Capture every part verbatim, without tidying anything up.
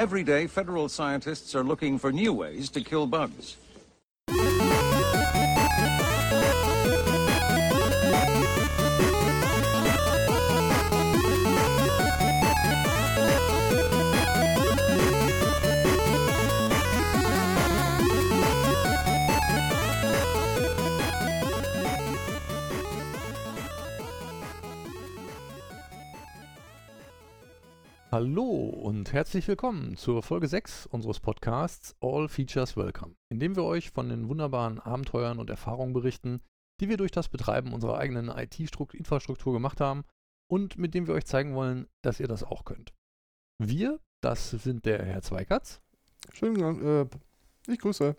Every day, federal scientists are looking for new ways to kill bugs. Hallo und herzlich willkommen zur Folge sechs unseres Podcasts All Features Welcome, in dem wir euch von den wunderbaren Abenteuern und Erfahrungen berichten, die wir durch das Betreiben unserer eigenen I T-Infrastruktur gemacht haben und mit dem wir euch zeigen wollen, dass ihr das auch könnt. Wir, das sind der Herr Zweikatz. Schön, äh, ich grüße.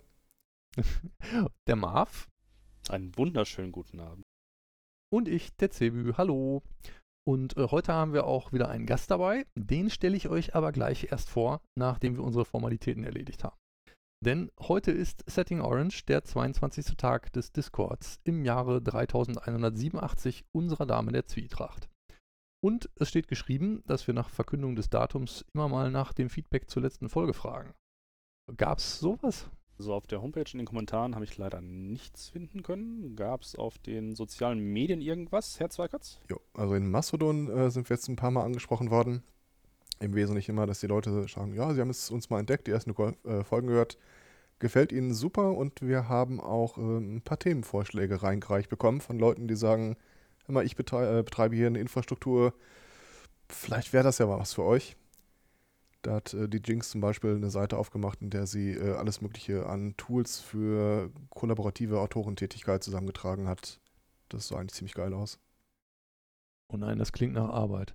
Der Marv. Einen wunderschönen guten Abend. Und ich, der Zebü. Hallo. Und äh, heute haben wir auch wieder einen Gast dabei. Den stelle ich euch aber gleich erst vor, nachdem wir unsere Formalitäten erledigt haben. Denn heute ist Setting Orange, der zweiundzwanzigste Tag des Discords im Jahre dreitausendeinhundertsiebenundachtzig unserer Dame der Zwietracht. Und es steht geschrieben, dass wir nach Verkündung des Datums immer mal nach dem Feedback zur letzten Folge fragen. Gab's sowas? Also auf der Homepage in den Kommentaren habe ich leider nichts finden können. Gab es auf den sozialen Medien irgendwas, Herr Zweikatz? Jo, also in Mastodon äh, sind wir jetzt ein paar Mal angesprochen worden. Im Wesentlichen immer, dass die Leute sagen, ja, sie haben es uns mal entdeckt, die ersten äh, Folgen gehört. Gefällt ihnen super und wir haben auch äh, ein paar Themenvorschläge reingereicht bekommen von Leuten, die sagen, hör mal, ich betrei- äh, betreibe hier eine Infrastruktur, vielleicht wäre das ja mal was für euch. Da hat äh, die Jinx zum Beispiel eine Seite aufgemacht, in der sie äh, alles Mögliche an Tools für kollaborative Autorentätigkeit zusammengetragen hat. Das sah eigentlich ziemlich geil aus. Oh nein, das klingt nach Arbeit.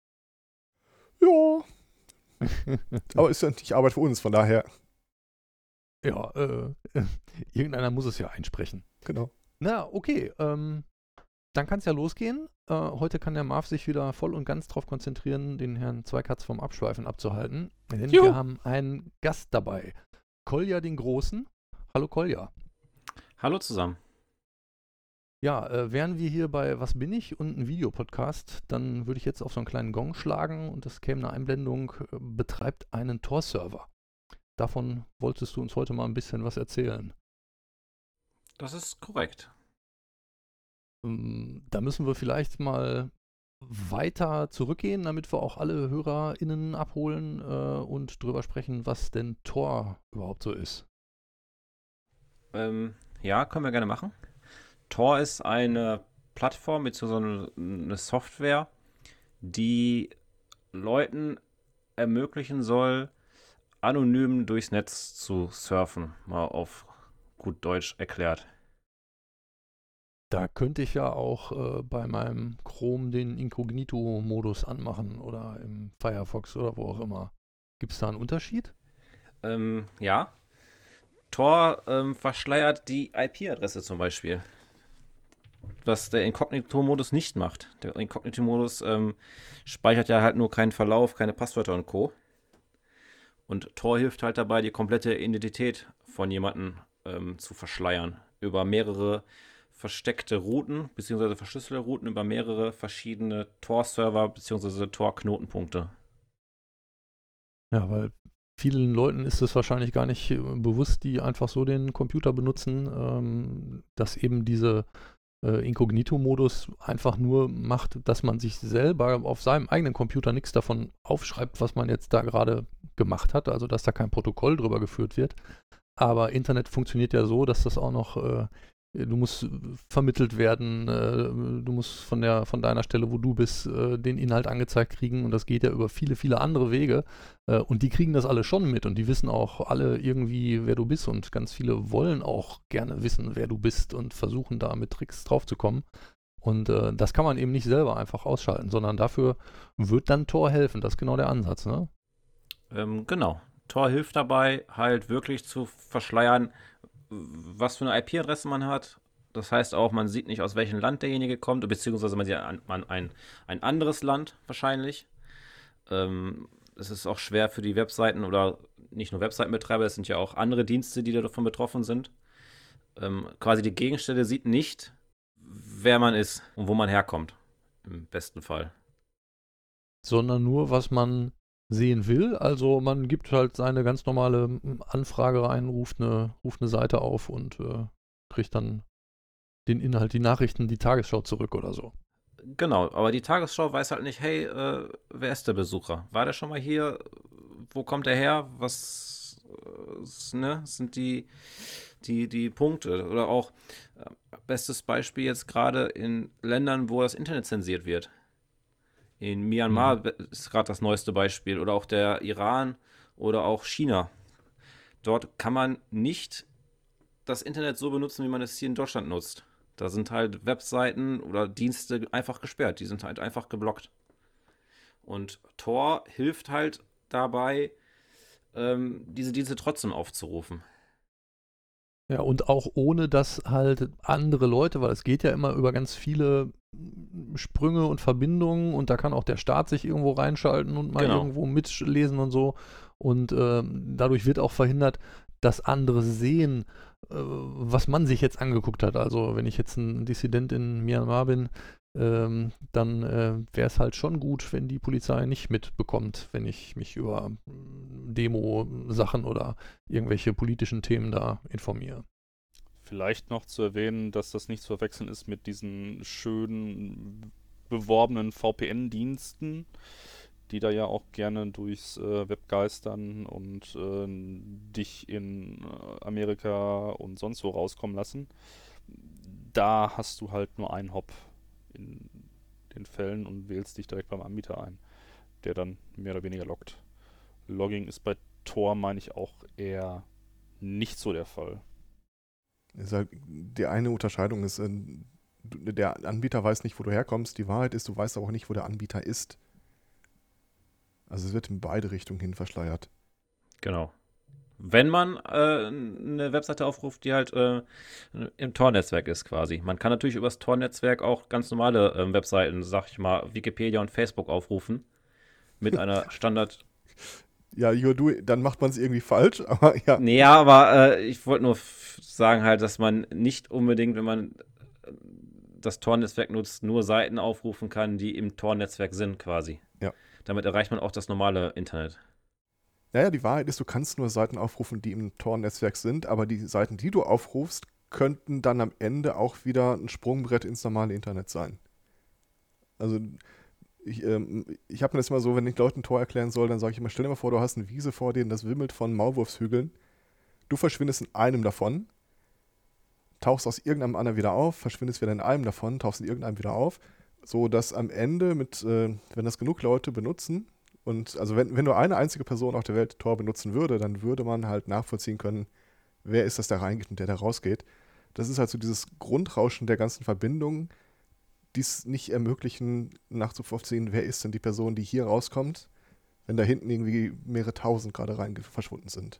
Ja. Aber ist ja nicht Arbeit für uns, von daher. Ja, äh, irgendeiner muss es ja einsprechen. Genau. Na, okay, ähm, dann kann es ja losgehen. Äh, heute kann der Marv sich wieder voll und ganz darauf konzentrieren, den Herrn Zweikatz vom Abschweifen abzuhalten. Denn Juhu. wir haben einen Gast dabei. Kolja den Großen. Hallo Kolja. Hallo zusammen. Ja, äh, wären wir hier bei Was bin ich und ein Videopodcast, dann würde ich jetzt auf so einen kleinen Gong schlagen und es käme eine Einblendung, äh, betreibt einen Tor-Server. Davon wolltest du uns heute mal ein bisschen was erzählen. Das ist korrekt. Da müssen wir vielleicht mal weiter zurückgehen, damit wir auch alle HörerInnen abholen äh, und drüber sprechen, was denn Tor überhaupt so ist. Ähm, ja, können wir gerne machen. Tor ist eine Plattform bzw. eine Software, die Leuten ermöglichen soll, anonym durchs Netz zu surfen, mal auf gut Deutsch erklärt. Da könnte ich ja auch äh, bei meinem Chrome den Inkognito-Modus anmachen oder im Firefox oder wo auch immer. Gibt es da einen Unterschied? Ähm, ja. Tor ähm, verschleiert die I P-Adresse zum Beispiel. Was der Inkognito-Modus nicht macht. Der Inkognito-Modus ähm, speichert ja halt nur keinen Verlauf, keine Passwörter und Co. Und Tor hilft halt dabei, die komplette Identität von jemandem ähm, zu verschleiern. Über mehrere versteckte Routen bzw. verschlüsselte Routen über mehrere verschiedene Tor-Server bzw. Tor-Knotenpunkte. Ja, weil vielen Leuten ist es wahrscheinlich gar nicht äh, bewusst, die einfach so den Computer benutzen, ähm, dass eben diese äh, Inkognito-Modus einfach nur macht, dass man sich selber auf seinem eigenen Computer nichts davon aufschreibt, was man jetzt da gerade gemacht hat, also dass da kein Protokoll drüber geführt wird. Aber Internet funktioniert ja so, dass das auch noch äh, du musst vermittelt werden, äh, du musst von der von deiner Stelle, wo du bist, äh, den Inhalt angezeigt kriegen und das geht ja über viele, viele andere Wege äh, und die kriegen das alle schon mit und die wissen auch alle irgendwie, wer du bist und ganz viele wollen auch gerne wissen, wer du bist und versuchen da mit Tricks drauf zu kommen und äh, das kann man eben nicht selber einfach ausschalten, sondern dafür wird dann Tor helfen, das ist genau der Ansatz, ne? Ähm, genau. Tor hilft dabei, halt wirklich zu verschleiern, was für eine I P-Adresse man hat. Das heißt auch, man sieht nicht, aus welchem Land derjenige kommt, beziehungsweise man sieht ein, ein, ein anderes Land wahrscheinlich. Ähm, es ist auch schwer für die Webseiten oder nicht nur Webseitenbetreiber, es sind ja auch andere Dienste, die davon betroffen sind. Ähm, quasi die Gegenstelle sieht nicht, wer man ist und wo man herkommt, im besten Fall. Sondern nur, was man sehen will. Also man gibt halt seine ganz normale ähm, Anfrage rein, ruft eine, ruft eine Seite auf und äh, kriegt dann den Inhalt, die Nachrichten, die Tagesschau zurück oder so. Genau, aber die Tagesschau weiß halt nicht, hey, äh, wer ist der Besucher? War der schon mal hier? Wo kommt er her? Was äh, ne, sind die, die, die Punkte? Oder auch, äh, bestes Beispiel jetzt gerade in Ländern, wo das Internet zensiert wird. In Myanmar Mhm. ist gerade das neueste Beispiel. Oder auch der Iran oder auch China. Dort kann man nicht das Internet so benutzen, wie man es hier in Deutschland nutzt. Da sind halt Webseiten oder Dienste einfach gesperrt. Die sind halt einfach geblockt. Und Tor hilft halt dabei, ähm, diese Dienste trotzdem aufzurufen. Ja, und auch ohne, dass halt andere Leute, weil es geht ja immer über ganz viele Sprünge und Verbindungen und da kann auch der Staat sich irgendwo reinschalten und mal Genau. irgendwo mitlesen und so. Und ähm, dadurch wird auch verhindert, dass andere sehen, äh, was man sich jetzt angeguckt hat. Also wenn ich jetzt ein Dissident in Myanmar bin, ähm, dann äh, wäre es halt schon gut, wenn die Polizei nicht mitbekommt, wenn ich mich über mm, Demo-Sachen oder irgendwelche politischen Themen da informiere. Vielleicht noch zu erwähnen, dass das nicht zu verwechseln ist mit diesen schönen beworbenen V P N-Diensten, die da ja auch gerne durchs äh, Web geistern und äh, dich in äh, Amerika und sonst wo rauskommen lassen. Da hast du halt nur einen Hop in den Fällen und wählst dich direkt beim Anbieter ein, der dann mehr oder weniger loggt. Logging ist bei Tor, meine ich, auch eher nicht so der Fall. Ist halt, die eine Unterscheidung ist, äh, du- der Anbieter weiß nicht, wo du herkommst. Die Wahrheit ist, du weißt aber auch nicht, wo der Anbieter ist. Also es wird in beide Richtungen hin verschleiert. Genau. Wenn man äh, eine Webseite aufruft, die halt äh, im Tor-Netzwerk ist quasi. Man kann natürlich übers Tor-Netzwerk auch ganz normale äh, Webseiten, sag ich mal, Wikipedia und Facebook aufrufen. Mit einer Standard... Ja, you do, dann macht man es irgendwie falsch, aber ja. Nee, ja, aber äh, ich wollte nur f- sagen halt, dass man nicht unbedingt, wenn man äh, das Tor-Netzwerk nutzt, nur Seiten aufrufen kann, die im Tor-Netzwerk sind quasi. Ja. Damit erreicht man auch das normale Internet. Naja, die Wahrheit ist, du kannst nur Seiten aufrufen, die im Tor-Netzwerk sind, aber die Seiten, die du aufrufst, könnten dann am Ende auch wieder ein Sprungbrett ins normale Internet sein. Also ich, ähm, ich habe mir das immer so, wenn ich Leuten Tor erklären soll, dann sage ich immer, stell dir mal vor, du hast eine Wiese vor dir, das wimmelt von Maulwurfshügeln. Du verschwindest in einem davon, tauchst aus irgendeinem anderen wieder auf, verschwindest wieder in einem davon, tauchst in irgendeinem wieder auf, so dass am Ende mit, äh, wenn das genug Leute benutzen, und also wenn, wenn nur eine einzige Person auf der Welt Tor benutzen würde, dann würde man halt nachvollziehen können, wer ist das, der reingeht und der da rausgeht. Das ist halt so dieses Grundrauschen der ganzen Verbindungen, die es nicht ermöglichen, nachzuvollziehen, wer ist denn die Person, die hier rauskommt, wenn da hinten irgendwie mehrere tausend gerade rein verschwunden sind.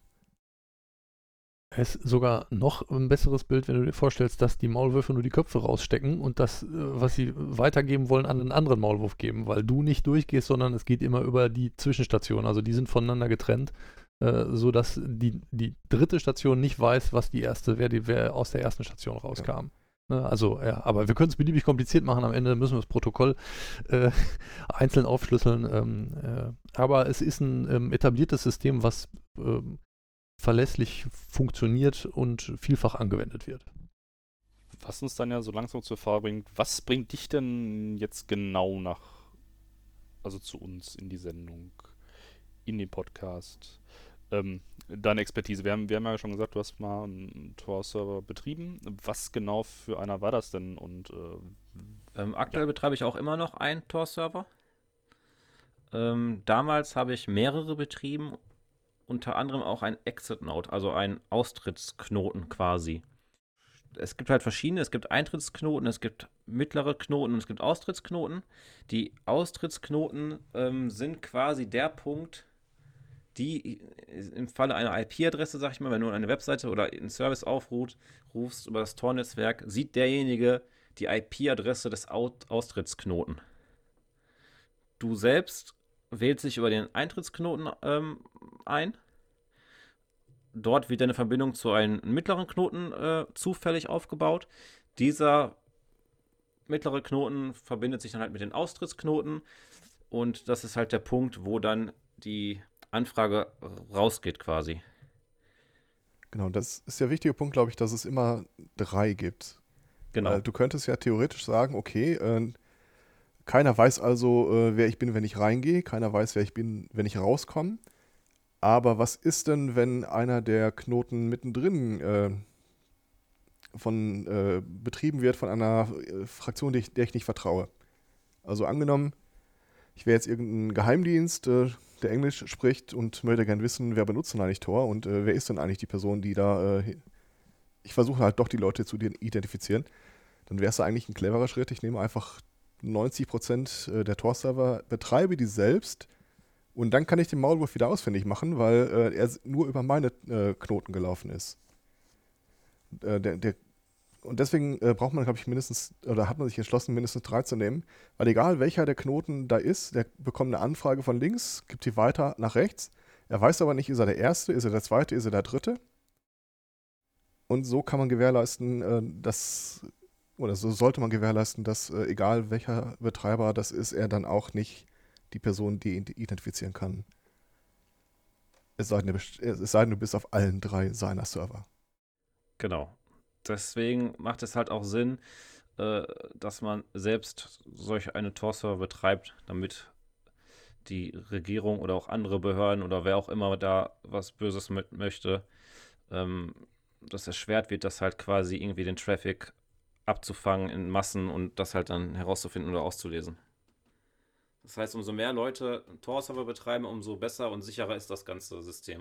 Es ist sogar noch ein besseres Bild, wenn du dir vorstellst, dass die Maulwürfe nur die Köpfe rausstecken und das, äh, was sie weitergeben wollen, an einen anderen Maulwurf geben, weil du nicht durchgehst, sondern es geht immer über die Zwischenstation. Also die sind voneinander getrennt, äh, sodass die, die dritte Station nicht weiß, was die erste, wer, die, wer aus der ersten Station rauskam. Ne, also, ja, aber wir können es beliebig kompliziert machen. Am Ende müssen wir das Protokoll äh, einzeln aufschlüsseln. Ähm, äh, aber es ist ein ähm, etabliertes System, was ähm, verlässlich funktioniert und vielfach angewendet wird. Was uns dann ja so langsam zur Frage bringt, was bringt dich denn jetzt genau nach, also zu uns in die Sendung, in den Podcast? Ähm, deine Expertise, wir haben, wir haben ja schon gesagt, du hast mal einen Tor-Server betrieben. Was genau für einer war das denn? Und äh, Ähm, aktuell betreibe ich auch immer noch einen Tor-Server. Ähm, damals habe ich mehrere betrieben, unter anderem auch ein Exit-Node, also ein Austrittsknoten quasi. Es gibt halt verschiedene, es gibt Eintrittsknoten, es gibt mittlere Knoten und es gibt Austrittsknoten. Die Austrittsknoten ähm, sind quasi der Punkt, die im Falle einer I P-Adresse, sag ich mal, wenn du eine Webseite oder einen Service aufrufst, rufst über das Tor-Netzwerk, sieht derjenige die I P-Adresse des Out- Austrittsknoten. Du selbst wählst dich über den Eintrittsknoten ähm, ein. Dort wird eine Verbindung zu einem mittleren Knoten äh, zufällig aufgebaut. Dieser mittlere Knoten verbindet sich dann halt mit den Austrittsknoten und das ist halt der Punkt, wo dann die Anfrage rausgeht quasi. Genau, das ist der wichtige Punkt, glaube ich, dass es immer drei gibt. Genau. Weil du könntest ja theoretisch sagen, okay, äh, keiner weiß also, äh, wer ich bin, wenn ich reingehe, keiner weiß, wer ich bin, wenn ich rauskomme. Aber was ist denn, wenn einer der Knoten mittendrin äh, von äh, betrieben wird von einer äh, Fraktion, die ich, der ich nicht vertraue? Also angenommen, ich wäre jetzt irgendein Geheimdienst, äh, der Englisch spricht und möchte gern wissen, wer benutzt denn eigentlich Tor und äh, wer ist denn eigentlich die Person, die da... Äh, ich versuche halt doch die Leute zu identifizieren. Dann wäre es eigentlich ein cleverer Schritt. Ich nehme einfach neunzig Prozent der Tor-Server, betreibe die selbst und dann kann ich den Maulwurf wieder ausfindig machen, weil äh, er nur über meine äh, Knoten gelaufen ist. Äh, der, der, und deswegen äh, braucht man, glaube ich, mindestens, oder hat man sich entschlossen, mindestens drei zu nehmen, weil egal welcher der Knoten da ist, der bekommt eine Anfrage von links, gibt die weiter nach rechts. Er weiß aber nicht, ist er der Erste, ist er der Zweite, ist er der Dritte. Und so kann man gewährleisten, äh, dass, oder so sollte man gewährleisten, dass äh, egal welcher Betreiber das ist, er dann auch nicht die Person, die ihn identifizieren kann. Es sei denn, es sei denn, du bist auf allen drei seiner Server. Genau. Deswegen macht es halt auch Sinn, äh, dass man selbst solch eine Tor-Server betreibt, damit die Regierung oder auch andere Behörden oder wer auch immer da was Böses mit möchte, ähm, dass erschwert wird, das halt quasi irgendwie den Traffic abzufangen in Massen und das halt dann herauszufinden oder auszulesen. Das heißt, umso mehr Leute Tor-Server betreiben, umso besser und sicherer ist das ganze System.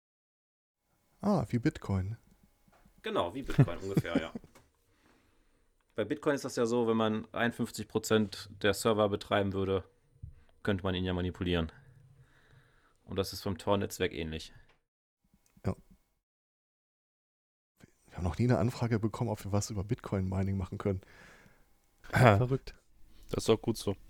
Ah, wie Bitcoin. Genau, wie Bitcoin ungefähr, ja. Bei Bitcoin ist das ja so, wenn man einundfünfzig Prozent der Server betreiben würde, könnte man ihn ja manipulieren. Und das ist vom Tor-Netzwerk ähnlich. Wir haben noch nie eine Anfrage bekommen, ob wir was über Bitcoin-Mining machen können. Verrückt. Das ist auch gut so.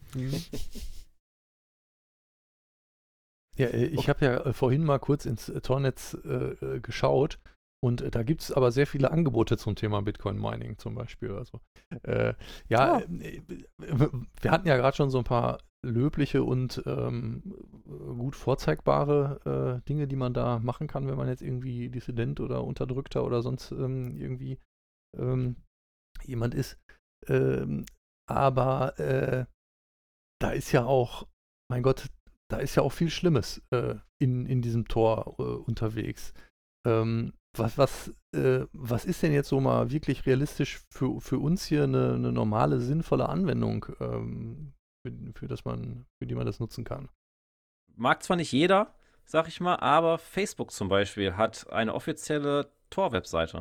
Ja, äh, ich habe ja äh, vorhin mal kurz ins äh, Tornetz äh, äh, geschaut und äh, da gibt es aber sehr viele Angebote zum Thema Bitcoin-Mining zum Beispiel. Also, äh, ja, Ah. äh, wir hatten ja gerade schon so ein paar löbliche und ähm, gut vorzeigbare äh, Dinge, die man da machen kann, wenn man jetzt irgendwie Dissident oder Unterdrückter oder sonst ähm, irgendwie ähm, jemand ist. Ähm, aber äh, da ist ja auch, mein Gott, da ist ja auch viel Schlimmes äh, in, in diesem Tor äh, unterwegs. Ähm, was, was, äh, was ist denn jetzt so mal wirklich realistisch für, für uns hier eine, eine normale, sinnvolle Anwendung, ähm, für, für, das man, für die man das nutzen kann? Mag zwar nicht jeder, sag ich mal, aber Facebook zum Beispiel hat eine offizielle Tor-Webseite,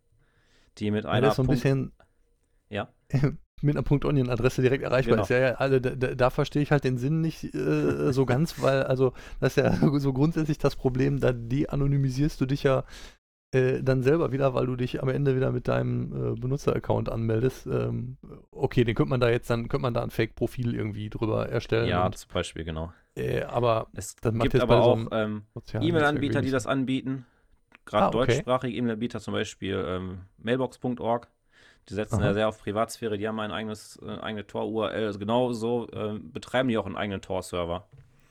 die mit Ja, einer das ist so ein Punkt- bisschen Ja. mit einer .onion-Adresse direkt erreichbar Genau. ist. Ja, ja, also da, da, da verstehe ich halt den Sinn nicht äh, so ganz, weil also das ist ja so grundsätzlich das Problem, da de-anonymisierst du dich ja äh, dann selber wieder, weil du dich am Ende wieder mit deinem äh, Benutzer-Account anmeldest. Ähm, okay, den könnte man da jetzt, dann könnte man da ein Fake-Profil irgendwie drüber erstellen. Ja, und, zum Beispiel, genau. äh, aber Es das macht gibt jetzt aber bei so auch einem ähm, sozialen E-Mail-Anbieter, Netzwerk die wenig das Sinn. anbieten. Gerade Ah, okay. deutschsprachige E-Mail-Anbieter, zum Beispiel ähm, mailbox punkt org. Die setzen Aha. ja sehr auf Privatsphäre, die haben ein eigenes, äh, eigene Tor-U R L. Also genau so äh, betreiben die auch einen eigenen Tor-Server.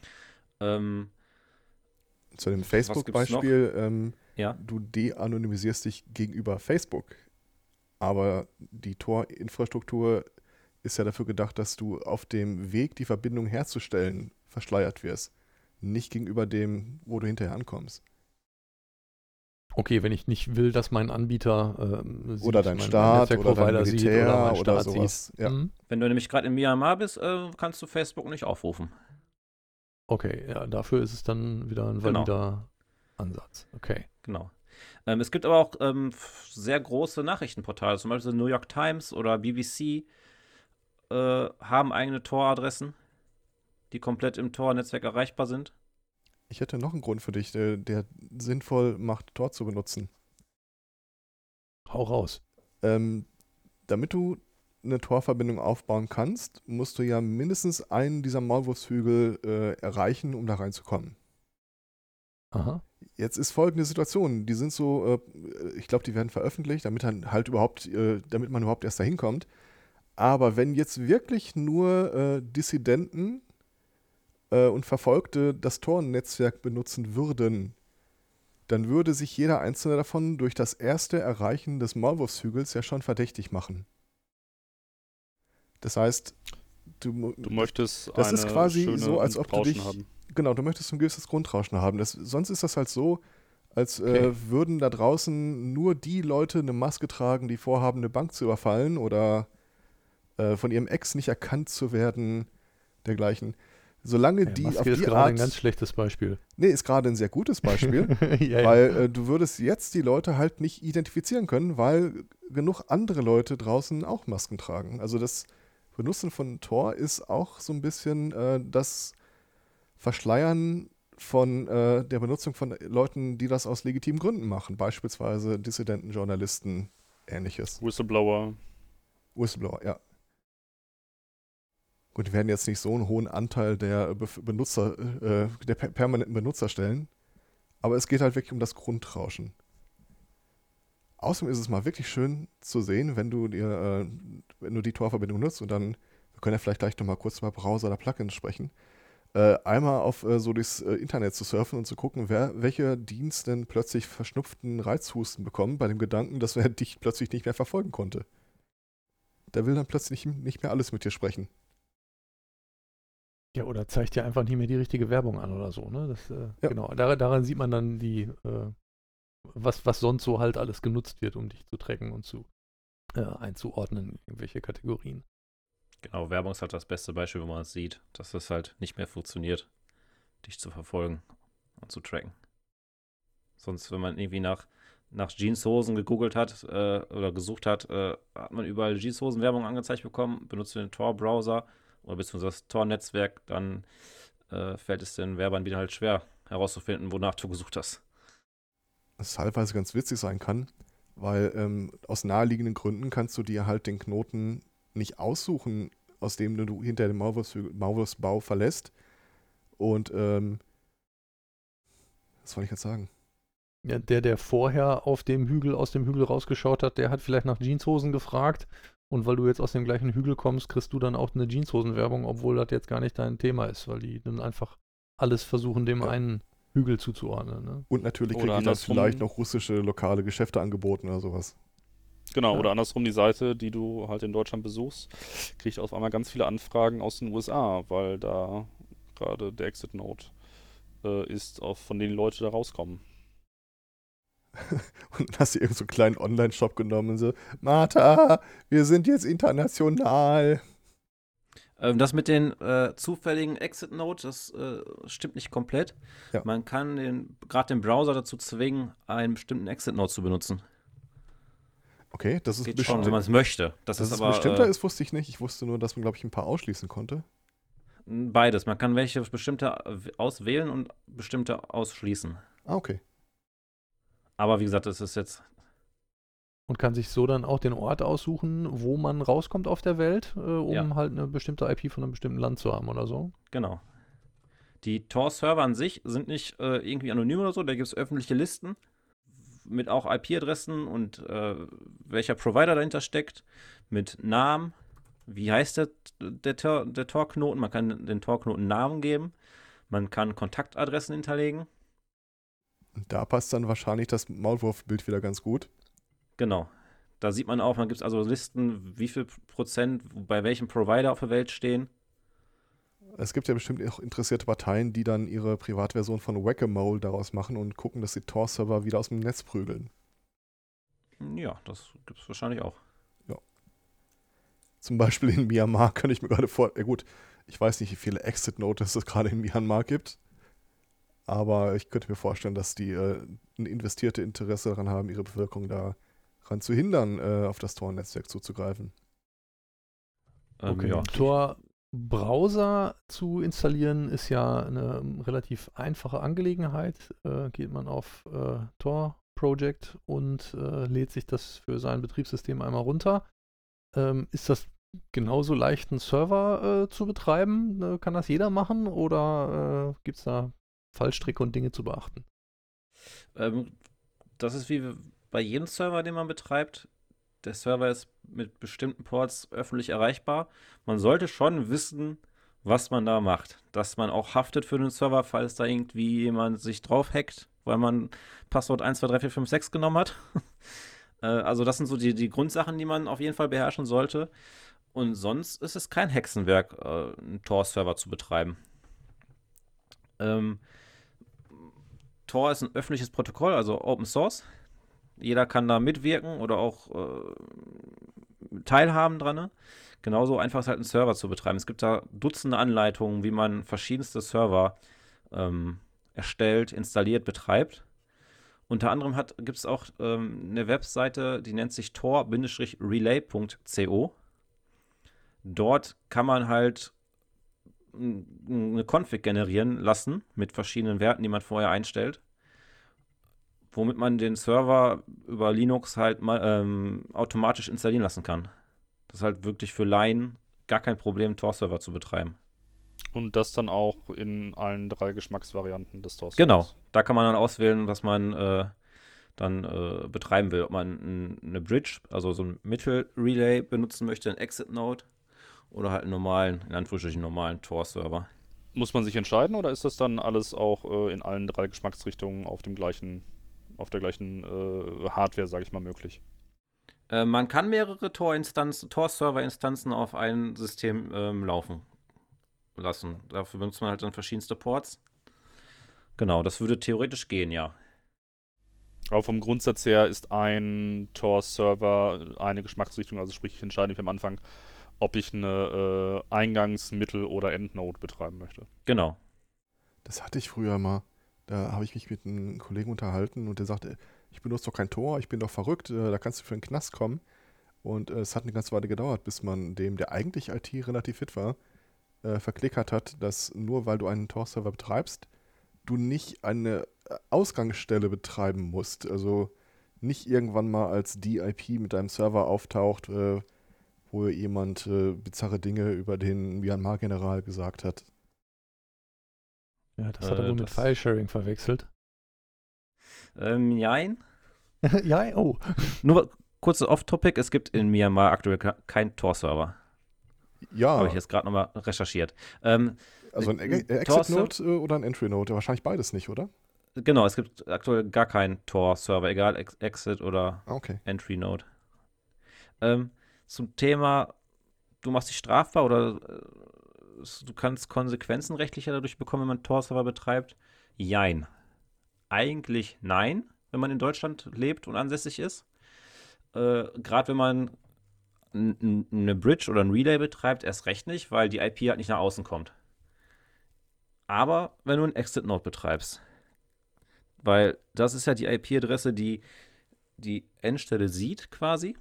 Ähm, Zu dem gibt's Facebook-Beispiel, ähm, ja, du de-anonymisierst dich gegenüber Facebook. Aber die Tor-Infrastruktur ist ja dafür gedacht, dass du auf dem Weg, die Verbindung herzustellen, verschleiert wirst. Nicht gegenüber dem, wo du hinterher ankommst. Okay, wenn ich nicht will, dass mein Anbieter ähm, sieht, Oder dein mein, Staat mein oder dein Netzwerkprovider sieht Militär oder mein oder Staat sowas. sieht. Ja. Mhm. wenn du nämlich gerade in Myanmar bist, äh, kannst du Facebook nicht aufrufen. Okay, ja, dafür ist es dann wieder ein Genau. valider Ansatz. Okay. Genau. Ähm, es gibt aber auch ähm, f- sehr große Nachrichtenportale, zum Beispiel New York Times oder B B C äh, haben eigene Tor-Adressen, die komplett im Tor-Netzwerk erreichbar sind. Ich hätte noch einen Grund für dich, der, der sinnvoll macht, Tor zu benutzen. Hau raus. Ähm, damit du eine Torverbindung aufbauen kannst, musst du ja mindestens einen dieser Maulwurfshügel äh, erreichen, um da reinzukommen. Aha. Jetzt ist folgende Situation, die sind so, äh, ich glaube, die werden veröffentlicht, damit dann halt überhaupt, äh, damit man überhaupt erst dahin kommt. Aber wenn jetzt wirklich nur äh, Dissidenten äh, und Verfolgte das Tor-Netzwerk benutzen würden, dann würde sich jeder einzelne davon durch das erste Erreichen des Maulwurfshügels ja schon verdächtig machen. Das heißt, du, Du möchtest das eine ist quasi schöne so, als ob du Rauschen dich, haben. genau, du möchtest ein gewisses Grundrauschen haben. Das, sonst ist das halt so, als äh, Okay. würden da draußen nur die Leute eine Maske tragen, die vorhaben, eine Bank zu überfallen oder äh, von ihrem Ex nicht erkannt zu werden, dergleichen. Solange Ja, die Maske auf ist die gerade Art, ein ganz schlechtes Beispiel. nee, ist gerade ein sehr gutes Beispiel, ja, ja. weil äh, du würdest jetzt die Leute halt nicht identifizieren können, weil genug andere Leute draußen auch Masken tragen. Also das Benutzen von Tor ist auch so ein bisschen äh, das Verschleiern von äh, der Benutzung von Leuten, die das aus legitimen Gründen machen, beispielsweise Dissidenten, Journalisten, ähnliches. Whistleblower. Whistleblower, ja. Gut, die werden jetzt nicht so einen hohen Anteil der Be Benutzer, äh, der per permanenten Benutzer stellen, aber es geht halt wirklich um das Grundrauschen. Außerdem ist es mal wirklich schön zu sehen, wenn du dir, äh, wenn du die Tor-Verbindung nutzt und dann, wir können ja vielleicht gleich nochmal kurz über Browser oder Plugins sprechen, äh, einmal auf äh, so durchs äh, Internet zu surfen und zu gucken, wer, welche Dienst denn plötzlich verschnupften Reizhusten bekommen, bei dem Gedanken, dass er dich plötzlich nicht mehr verfolgen konnte. Der will dann plötzlich nicht mehr alles mit dir sprechen. Ja, oder zeigt ja einfach nicht mehr die richtige Werbung an oder so, ne? Das, äh, Ja. Genau, daran, daran sieht man dann die, äh, was, was sonst so halt alles genutzt wird, um dich zu tracken und zu äh, einzuordnen in irgendwelche Kategorien. Genau, Werbung ist halt das beste Beispiel, wo man es sieht, dass es halt nicht mehr funktioniert, dich zu verfolgen und zu tracken. Sonst, wenn man irgendwie nach, nach Jeanshosen gegoogelt hat äh, oder gesucht hat, äh, hat man überall Jeanshosen-Werbung angezeigt bekommen, benutzt du den Tor-Browser oder beziehungsweise das Tor-Netzwerk, dann äh, fällt es den Werbern wieder halt schwer herauszufinden, wonach du gesucht hast. Was teilweise ganz witzig sein kann, weil ähm, aus naheliegenden Gründen kannst du dir halt den Knoten nicht aussuchen, aus dem du hinter dem Maulwurfshügel- Maulwurfsbau verlässt. Und, ähm, was wollte ich jetzt sagen? Ja, der, der vorher auf dem Hügel, aus dem Hügel rausgeschaut hat, der hat vielleicht nach Jeanshosen gefragt. Und weil du jetzt aus dem gleichen Hügel kommst, kriegst du dann auch eine Jeanshosen-Werbung, obwohl das jetzt gar nicht dein Thema ist, weil die dann einfach alles versuchen, dem Ja. einen Hügel zuzuordnen. Ne? Und natürlich Oder kriege ich dann andersrum. vielleicht noch russische lokale Geschäfte angeboten oder sowas. Genau, Ja. oder andersrum die Seite, die du halt in Deutschland besuchst, kriegt auf einmal ganz viele Anfragen aus den U S A, weil da gerade der Exit-Node äh, ist, auf, von denen die Leute da rauskommen. Und dann hast du irgend so einen kleinen Online-Shop genommen und so, Martha, wir sind jetzt international. Ähm, das mit den äh, zufälligen Exit-Nodes, das äh, stimmt nicht komplett. Ja. Man kann den, gerade den Browser dazu zwingen, einen bestimmten Exit-Node zu benutzen. Okay, das ist Geht bestimmt. schon, wenn man es möchte. Das, Dass ist es aber bestimmter äh, ist, wusste ich nicht. Ich wusste nur, dass man, glaube ich, ein paar ausschließen konnte. beides. Man kann welche bestimmte auswählen und bestimmte ausschließen. Ah, okay. Aber wie gesagt, das ist jetzt Und kann sich so dann auch den Ort aussuchen, wo man rauskommt auf der Welt, äh, um Ja. halt eine bestimmte I P von einem bestimmten Land zu haben oder so. genau. Die Tor-Server an sich sind nicht äh, irgendwie anonym oder so. Da gibt es öffentliche Listen mit auch I P-Adressen und äh, welcher Provider dahinter steckt, mit Namen. Wie heißt der, der, Tor- der Tor-Knoten? Man kann den Tor-Knoten Namen geben. Man kann Kontaktadressen hinterlegen. Und da passt dann wahrscheinlich das Maulwurfbild wieder ganz gut. Genau. Da sieht man auch, man gibt also Listen, wie viel Prozent bei welchem Provider auf der Welt stehen. Es gibt ja bestimmt auch interessierte Parteien, die dann ihre Privatversion von Whack-A-Mole daraus machen und gucken, dass die Tor-Server wieder aus dem Netz prügeln. Ja, das gibt es wahrscheinlich auch. Zum Beispiel in Myanmar kann ich mir gerade vor... Ja gut, ich weiß nicht, wie viele Exit-Notes es gerade in Myanmar gibt, aber ich könnte mir vorstellen, dass die äh, ein investierte Interesse daran haben, ihre Bevölkerung daran zu hindern, äh, auf das Tor-Netzwerk zuzugreifen. Ähm, Okay. ja. Tor-Browser zu installieren ist ja eine relativ einfache Angelegenheit. Äh, geht man auf äh, Tor Project und äh, lädt sich das für sein Betriebssystem einmal runter. Ähm, ist das genauso leicht, einen Server äh, zu betreiben? Äh, kann das jeder machen oder äh, gibt es da Fallstricke und Dinge zu beachten? Ähm, das ist wie bei jedem Server, den man betreibt. Der Server ist mit bestimmten Ports öffentlich erreichbar. Man sollte schon wissen, was man da macht. Dass man auch haftet für den Server, falls da irgendwie jemand sich drauf hackt, weil man Passwort eins zwei drei vier fünf sechs genommen hat. äh, also das sind so die, die Grundsachen, die man auf jeden Fall beherrschen sollte. Und sonst ist es kein Hexenwerk, äh, einen Tor-Server zu betreiben. Ähm, Tor ist ein öffentliches Protokoll, also Open Source. Jeder kann da mitwirken oder auch äh, teilhaben dran. Ne? Genauso einfach ist halt einen Server zu betreiben. Es gibt da Dutzende Anleitungen, wie man verschiedenste Server ähm, erstellt, installiert, betreibt. Unter anderem gibt es auch ähm, eine Webseite, die nennt sich tor relay punkt co. Dort kann man halt eine Config generieren lassen mit verschiedenen Werten, die man vorher einstellt, womit man den Server über Linux halt mal ähm, automatisch installieren lassen kann. Das ist halt wirklich für Laien gar kein Problem, Tor-Server zu betreiben. Und das dann auch in allen drei Geschmacksvarianten des Tor-Servers. Genau, da kann man dann auswählen, was man äh, dann äh, betreiben will. Ob man n- eine Bridge, also so ein Mittel-Relay benutzen möchte, ein Exit-Node oder halt einen normalen, in Anführungsstrichen normalen Tor-Server. Muss man sich entscheiden oder ist das dann alles auch äh, in allen drei Geschmacksrichtungen auf dem gleichen, auf der gleichen äh, Hardware, sage ich mal, möglich? Äh, man kann mehrere Tor-Instanzen, Tor-Server-Instanzen auf ein System ähm, laufen lassen. Dafür benutzt man halt dann verschiedenste Ports. Genau, das würde theoretisch gehen, ja. Aber vom Grundsatz her ist ein Tor-Server eine Geschmacksrichtung, also sprich, ich entscheide mich am Anfang, ob ich eine äh, Eingangs-, Mittel- oder Endnode betreiben möchte. Genau. Das hatte ich früher mal. Da habe ich mich mit einem Kollegen unterhalten und der sagte, ich benutze doch kein Tor, ich bin doch verrückt, äh, da kannst du für einen Knast kommen. Und äh, es hat eine ganze Weile gedauert, bis man dem, der eigentlich I T relativ fit war, äh, verklickert hat, dass nur weil du einen Tor-Server betreibst, du nicht eine Ausgangsstelle betreiben musst. Also nicht irgendwann mal als D I P mit deinem Server auftaucht, äh, wo jemand äh, bizarre Dinge über den Myanmar-General gesagt hat. Ja, das hat er Äh, wohl mit das- File-Sharing verwechselt. Ähm, jein. Ja, oh. Nur kurze Off-Topic, es gibt in Myanmar aktuell ke- keinen Tor-Server. Ja, Habe ich jetzt gerade nochmal recherchiert. Ähm, also ein ein E- Exit-Node äh, oder ein Entry-Node? Wahrscheinlich beides nicht, oder? genau, es gibt aktuell gar keinen Tor-Server, egal Ex- Exit oder Ah, okay. Entry-Node. Ähm, zum Thema, du machst dich strafbar oder äh, s- du kannst Konsequenzen rechtlicher dadurch bekommen, wenn man einen Tor-Server betreibt? Jein. Eigentlich nein, wenn man in Deutschland lebt und ansässig ist. Äh, Gerade wenn man n- n- eine Bridge oder ein Relay betreibt, erst recht nicht, weil die I P halt nicht nach außen kommt. Aber wenn du einen Exit-Node betreibst, weil das ist ja die I P-Adresse, die die Endstelle sieht quasi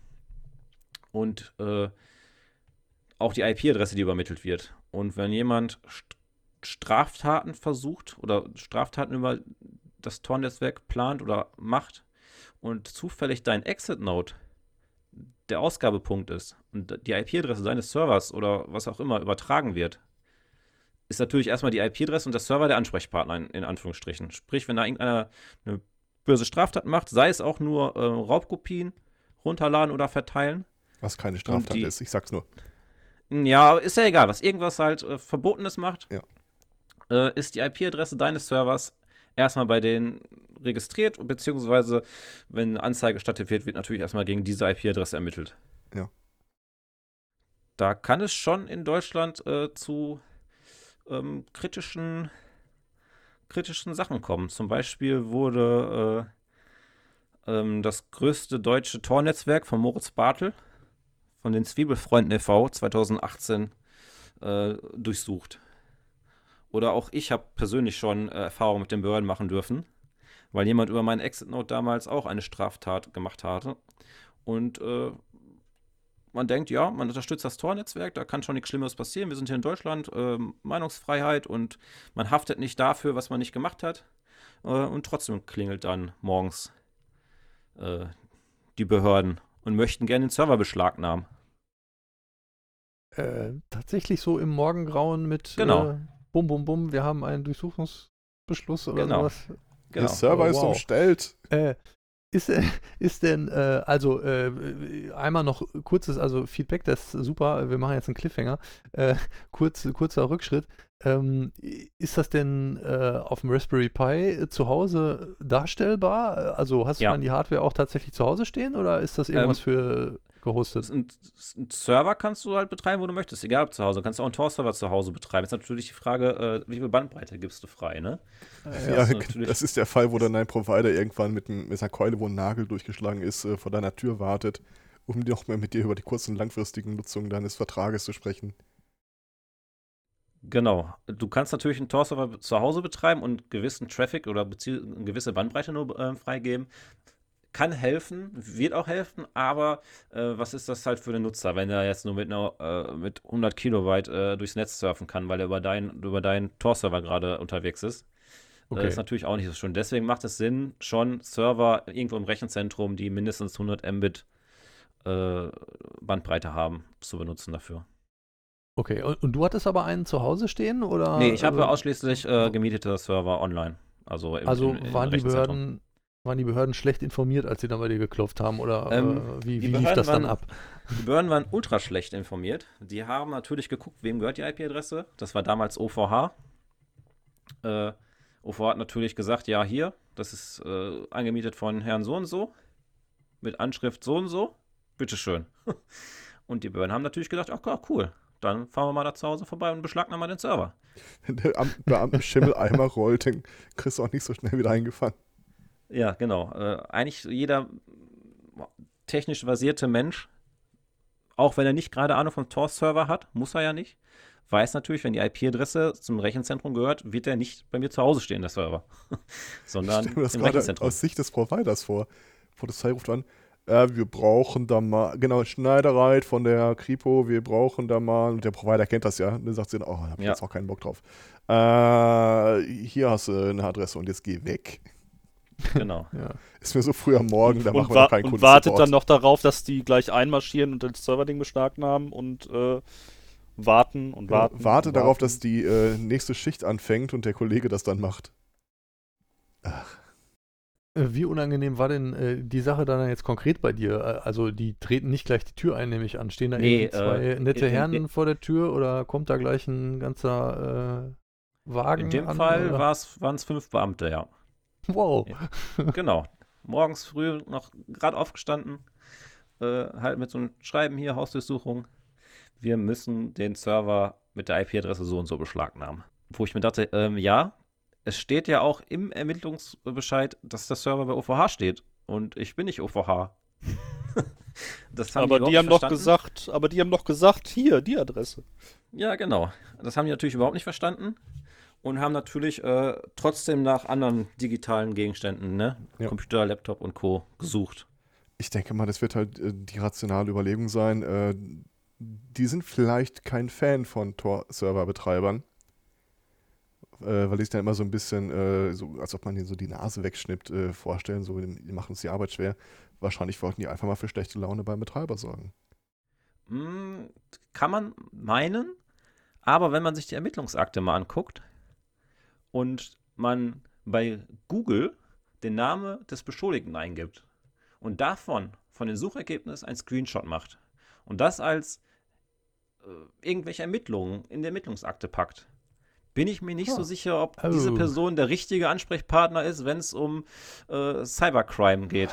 und äh, auch die I P-Adresse, die übermittelt wird. Und wenn jemand St- Straftaten versucht oder Straftaten über das Tor-Netzwerk plant oder macht und zufällig dein Exit-Node der Ausgabepunkt ist und die I P-Adresse deines Servers oder was auch immer übertragen wird, ist natürlich erstmal die I P-Adresse und der Server der Ansprechpartner in, in Anführungsstrichen. Sprich, wenn da irgendeiner eine böse Straftat macht, sei es auch nur äh, Raubkopien runterladen oder verteilen. Was keine Straftat die- ist, ich sag's nur. Ja, ist ja egal, was irgendwas halt äh, Verbotenes macht, Ja. äh, ist die I P-Adresse deines Servers erstmal bei denen registriert, beziehungsweise wenn eine Anzeige gestattet wird, wird natürlich erstmal gegen diese I P-Adresse ermittelt. Ja. Da kann es schon in Deutschland äh, zu ähm, kritischen, kritischen Sachen kommen. Zum Beispiel wurde äh, ähm, das größte deutsche Tor-Netzwerk von Moritz Bartel von den Zwiebelfreunden e V zweitausendachtzehn äh, durchsucht. Oder auch ich habe persönlich schon äh, Erfahrungen mit den Behörden machen dürfen, weil jemand über meinen Exit-Node damals auch eine Straftat gemacht hatte. Und äh, man denkt, ja, man unterstützt das Tor-Netzwerk, da kann schon nichts Schlimmeres passieren. Wir sind hier in Deutschland, äh, Meinungsfreiheit und man haftet nicht dafür, was man nicht gemacht hat. Äh, und trotzdem klingelt dann morgens äh, die Behörden und möchten gerne den Server beschlagnahmen. Äh, tatsächlich so im Morgengrauen mit Genau. äh, Bum, bum, bum, wir haben einen Durchsuchungsbeschluss oder Genau. sowas. Genau. Der Server Oh, ist wow. umstellt. Äh, Ist, äh, ist denn, äh, also äh, einmal noch kurzes, also Feedback, das ist super, wir machen jetzt einen Cliffhanger, äh, kurz, kurzer Rückschritt. Ähm, ist das denn äh, auf dem Raspberry Pi zu Hause darstellbar? Also hast du Ja. dann die Hardware auch tatsächlich zu Hause stehen oder ist das irgendwas Ähm, für gehostet? Ein, ein Server kannst du halt betreiben, wo du möchtest, egal ob zu Hause. Du kannst auch einen Tor-Server zu Hause betreiben. Jetzt natürlich die Frage, äh, wie viel Bandbreite gibst du frei, ne? Ja, das ist das, natürlich- ist der Fall, wo dann dein Provider irgendwann mit, einem- mit einer Keule, wo ein Nagel durchgeschlagen ist, äh, vor deiner Tür wartet, um noch mal mit dir über die kurzen und langfristigen Nutzung deines Vertrages zu sprechen. Genau. Du kannst natürlich einen Tor-Server zu Hause betreiben und gewissen Traffic oder bezieh- eine gewisse Bandbreite nur äh, freigeben. Kann helfen, wird auch helfen, aber äh, was ist das halt für den Nutzer, wenn er jetzt nur mit, einer, äh, mit hundert Kilobyte äh, durchs Netz surfen kann, weil er über, dein, über deinen Tor-Server gerade unterwegs ist? Okay. Äh, ist natürlich auch nicht so schön. Deswegen macht es Sinn, schon Server irgendwo im Rechenzentrum, die mindestens hundert Mbit äh, Bandbreite haben, zu benutzen dafür. Okay, und, und du hattest aber einen zu Hause stehen oder? Nee, ich habe äh, ausschließlich äh, gemietete Server online. Also, im, Also im, im waren die Rechenzentrum. Behörden, waren die Behörden schlecht informiert, als sie dann bei dir geklopft haben oder Ähm, äh, wie, die wie lief Behörden das dann waren- ab? Die Behörden waren ultra schlecht informiert. Die haben natürlich geguckt, wem gehört die I P-Adresse. Das war damals O V H. Äh, O V H hat natürlich gesagt, ja, hier, das ist äh, angemietet von Herrn so und so, mit Anschrift so und so, bitteschön. Und die Behörden haben natürlich gedacht, ach ja, cool, dann fahren wir mal da zu Hause vorbei und beschlagnahmen mal den Server. Wenn der Am- Beamtenschimmel einmal rollt, dann kriegst du auch nicht so schnell wieder eingefangen. Ja, genau. Äh, eigentlich jeder technisch versierte Mensch, auch wenn er nicht gerade Ahnung vom Tor-Server hat, muss er ja nicht, weiß natürlich, wenn die I P-Adresse zum Rechenzentrum gehört, wird er nicht bei mir zu Hause stehen, der Server, sondern Ich stelle mir das im gerade Rechenzentrum. aus Sicht des Providers vor. Polizei ruft an, äh, wir brauchen da mal, genau, Schneidereit von der Kripo, wir brauchen da mal, und der Provider kennt das ja, und dann sagt sie, oh, da hab ich Ja. jetzt auch keinen Bock drauf. Äh, hier hast du eine Adresse und jetzt geh weg. Genau. Ja. Ist mir so früh am Morgen, da und, machen wir wa noch keinen und wartet Kundensupport. dann noch darauf, dass die gleich einmarschieren und das Serverding beschlagnahmen und äh, warten und Genau, warten. Warte und darauf, warten. dass die äh, nächste Schicht anfängt und der Kollege das dann macht. Äh, Wie unangenehm war denn äh, die Sache dann jetzt konkret bei dir? Äh, Also die treten nicht gleich die Tür ein, nehme ich an. Stehen da Nee, irgendwie zwei äh, nette in- in- Herren vor der Tür oder kommt da gleich ein ganzer äh, Wagen In dem an, Fall oder? waren es fünf Beamte, ja. Wow. Genau. Morgens früh noch gerade aufgestanden, äh, halt mit so einem Schreiben hier, Hausdurchsuchung. Wir müssen den Server mit der I P-Adresse so und so beschlagnahmen. Wo ich mir dachte, ähm, ja, es steht ja auch im Ermittlungsbescheid, dass der Server bei O V H steht. Und ich bin nicht O V H. Das haben aber die, die überhaupt haben nicht doch verstanden. gesagt, aber die haben doch gesagt, hier, die Adresse. Ja, genau. Das haben die natürlich überhaupt nicht verstanden. Und haben natürlich äh, trotzdem nach anderen digitalen Gegenständen, ne? Ja. Computer, Laptop und Co. gesucht. Ich denke mal, das wird halt äh, die rationale Überlegung sein. Äh, die sind vielleicht kein Fan von Tor-Server-Betreibern, äh, weil die sich dann immer so ein bisschen, äh, so, als ob man ihnen so die Nase wegschnippt, äh, vorstellen, so, die machen uns die Arbeit schwer. Wahrscheinlich wollten die einfach mal für schlechte Laune beim Betreiber sorgen. Hm, kann man meinen, aber wenn man sich die Ermittlungsakte mal anguckt und man bei Google den Namen des Beschuldigten eingibt und davon, von den Suchergebnissen, ein Screenshot macht und das als äh, irgendwelche Ermittlungen in der Ermittlungsakte packt, bin ich mir nicht Ah. so sicher, ob Oh. diese Person der richtige Ansprechpartner ist, wenn es um äh, Cybercrime geht.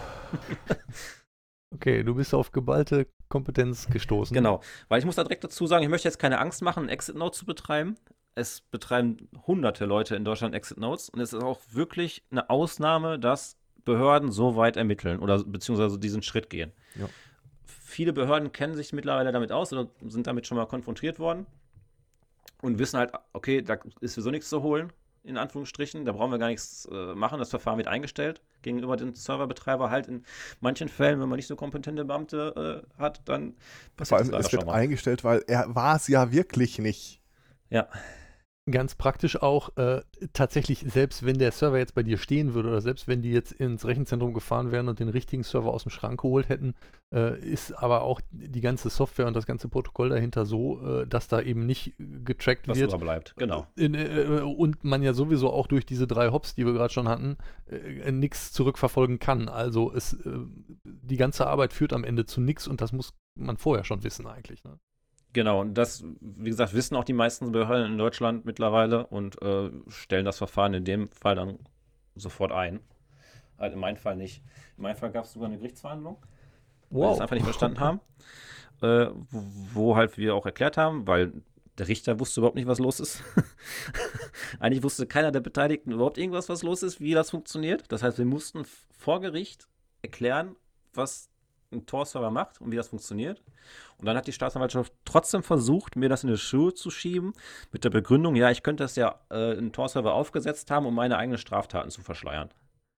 Okay, du bist auf geballte Kompetenz gestoßen. Genau, weil ich muss da direkt dazu sagen, ich möchte jetzt keine Angst machen, einen Exit-Note zu betreiben. Es betreiben hunderte Leute in Deutschland Exit-Notes und es ist auch wirklich eine Ausnahme, dass Behörden so weit ermitteln oder beziehungsweise diesen Schritt gehen. Ja. Viele Behörden kennen sich mittlerweile damit aus oder sind damit schon mal konfrontiert worden und wissen halt, okay, da ist sowieso nichts zu holen, in Anführungsstrichen, da brauchen wir gar nichts äh, machen, das Verfahren wird eingestellt gegenüber dem Serverbetreiber. Halt in manchen Fällen, wenn man nicht so kompetente Beamte äh, hat, dann Vor passiert allem, das leider es wird schon mal. eingestellt, weil er war es ja wirklich nicht. Ja. ganz praktisch auch, äh, tatsächlich, selbst wenn der Server jetzt bei dir stehen würde oder selbst wenn die jetzt ins Rechenzentrum gefahren wären und den richtigen Server aus dem Schrank geholt hätten, äh, ist aber auch die ganze Software und das ganze Protokoll dahinter so, äh, dass da eben nicht getrackt Was wird. überbleibt, genau. In, äh, und man ja sowieso auch durch diese drei Hops, die wir gerade schon hatten, äh, nichts zurückverfolgen kann. Also es, äh, die ganze Arbeit führt am Ende zu nichts und das muss man vorher schon wissen eigentlich. Ne? Genau, und das, wie gesagt, wissen auch die meisten Behörden in Deutschland mittlerweile und äh, stellen das Verfahren in dem Fall dann sofort ein. Halt in meinem Fall nicht. In meinem Fall gab es sogar eine Gerichtsverhandlung, weil wir es einfach nicht verstanden haben, äh, wo, wo halt wir auch erklärt haben, weil der Richter wusste überhaupt nicht, was los ist. Eigentlich wusste keiner der Beteiligten überhaupt irgendwas, was los ist, wie das funktioniert. Das heißt, wir mussten vor Gericht erklären, was ein Tor-Server macht und wie das funktioniert. Und dann hat die Staatsanwaltschaft trotzdem versucht, mir das in die Schuhe zu schieben, mit der Begründung, ja, ich könnte das ja äh, einen Tor-Server aufgesetzt haben, um meine eigenen Straftaten zu verschleiern.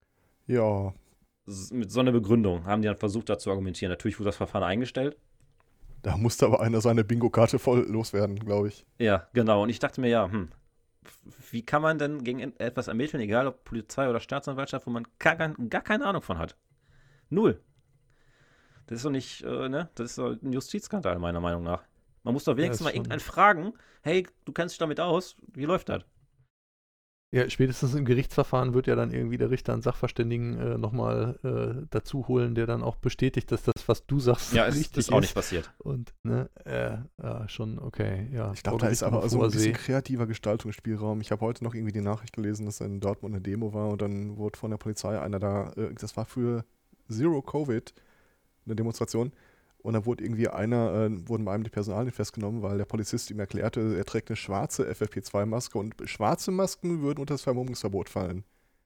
Ja. S- Mit so einer Begründung haben die dann versucht, da zu argumentieren. Natürlich wurde das Verfahren eingestellt. Da musste aber einer seine Bingo-Karte voll loswerden, glaube ich. Ja, genau. Und ich dachte mir, ja, hm, wie kann man denn gegen etwas ermitteln, egal ob Polizei oder Staatsanwaltschaft, wo man gar, gar keine Ahnung von hat? Null. Das ist doch nicht, äh, ne? Das ist doch ein Justizskandal, meiner Meinung nach. Man muss doch wenigstens Ja, mal ist schon- irgendeinen fragen, hey, du kennst dich damit aus, wie läuft das? Ja, spätestens im Gerichtsverfahren wird ja dann irgendwie der Richter einen Sachverständigen äh, nochmal äh, dazu holen, der dann auch bestätigt, dass das, was du sagst, Ja, es richtig ist auch nicht passiert. Und, ne, äh, ja, schon, okay, ja. Ich glaube, vor da ist Gericht aber auf so ein hoher bisschen See. kreativer Gestaltungsspielraum. Ich habe heute noch irgendwie die Nachricht gelesen, dass in Dortmund eine Demo war und dann wurde von der Polizei einer da, äh, das war für Zero Covid, eine Demonstration. Und da wurde irgendwie einer, äh, wurden bei einem die Personalien festgenommen, weil der Polizist ihm erklärte, er trägt eine schwarze F F P zwei Maske und schwarze Masken würden unter das Vermummungsverbot fallen.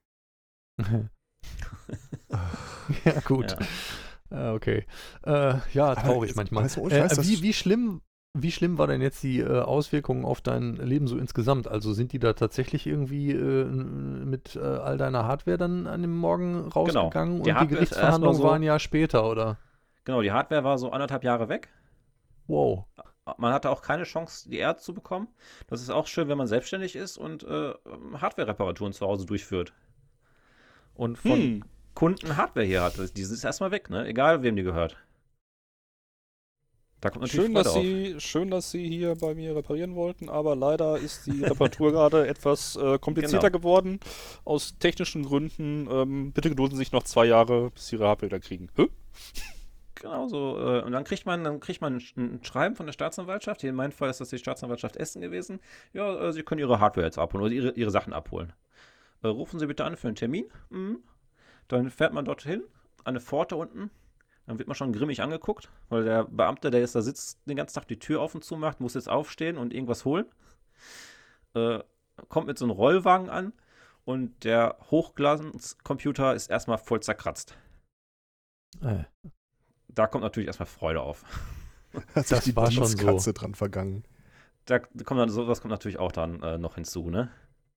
Ja, gut. Ja. Äh, okay. Äh, ja, traurig jetzt- manchmal. weißt du, ohne Scheiß, Äh, das- wie, wie, schlimm, wie schlimm war denn jetzt die äh, Auswirkungen auf dein Leben so insgesamt? Also sind die da tatsächlich irgendwie äh, n- mit äh, all deiner Hardware dann an dem Morgen rausgegangen Die und die Hardware ist Gerichtsverhandlungen erstmal so- waren ein Jahr später, oder? Genau, die Hardware war so anderthalb Jahre weg. Wow. Man hatte auch keine Chance, die Erde zu bekommen. Das ist auch schön, wenn man selbstständig ist und äh, Hardware-Reparaturen zu Hause durchführt. Und von Hm. Kunden Hardware hier hat. Die ist erstmal weg, ne? Egal, wem die gehört. Da kommt natürlich Schön Freude dass, auf. Sie, schön, dass Sie hier bei mir reparieren wollten, aber leider ist die Reparatur gerade etwas äh, komplizierter Genau. geworden. Aus technischen Gründen. Ähm, bitte gedulden Sie sich noch zwei Jahre, bis Sie Ihre Hardware wieder kriegen. Hä? Genau so. Äh, und dann kriegt man, dann kriegt man ein, Sch- ein Schreiben von der Staatsanwaltschaft. Hier in meinem Fall ist das die Staatsanwaltschaft Essen gewesen. Ja, äh, Sie können Ihre Hardware jetzt abholen oder Ihre, Ihre Sachen abholen. Äh, rufen Sie bitte an für einen Termin. Mhm. Dann fährt man dorthin, an eine Pforte unten. Dann wird man schon grimmig angeguckt, weil der Beamte, der jetzt da sitzt, den ganzen Tag die Tür auf und zu macht, muss jetzt aufstehen und irgendwas holen. Äh, kommt mit so einem Rollwagen an und der Hochglanzcomputer ist erstmal voll zerkratzt. Äh, Da kommt natürlich erstmal Freude auf. Hat sich Das die war schon so. Katze dran vergangen. Da kommt dann, sowas kommt natürlich auch dann äh, noch hinzu, ne?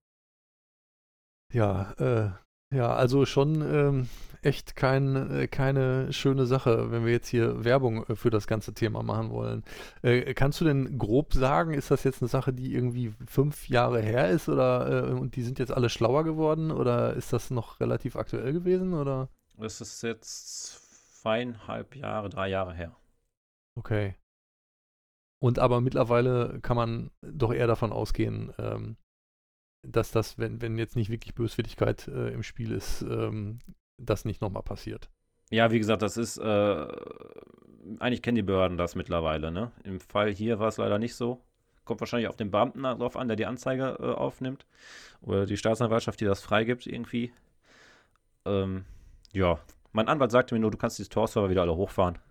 Ja, äh, ja, also schon ähm, echt kein, äh, keine schöne Sache, wenn wir jetzt hier Werbung äh, für das ganze Thema machen wollen. Äh, kannst du denn grob sagen, ist das jetzt eine Sache, die irgendwie fünf Jahre her ist oder äh, und die sind jetzt alle schlauer geworden oder ist das noch relativ aktuell gewesen oder? Das ist jetzt zweieinhalb Jahre, drei Jahre her. Okay. Und aber mittlerweile kann man doch eher davon ausgehen, ähm, dass das, wenn, wenn jetzt nicht wirklich Böswilligkeit äh, im Spiel ist, ähm, das nicht nochmal passiert. Ja, wie gesagt, das ist, äh, eigentlich kennen die Behörden das mittlerweile, ne? Im Fall hier war es leider nicht so. Kommt wahrscheinlich auf den Beamten drauf an, der die Anzeige äh, aufnimmt. Oder die Staatsanwaltschaft, die das freigibt irgendwie. Ähm, ja, mein Anwalt sagte mir nur, du kannst die Tor-Server wieder alle hochfahren.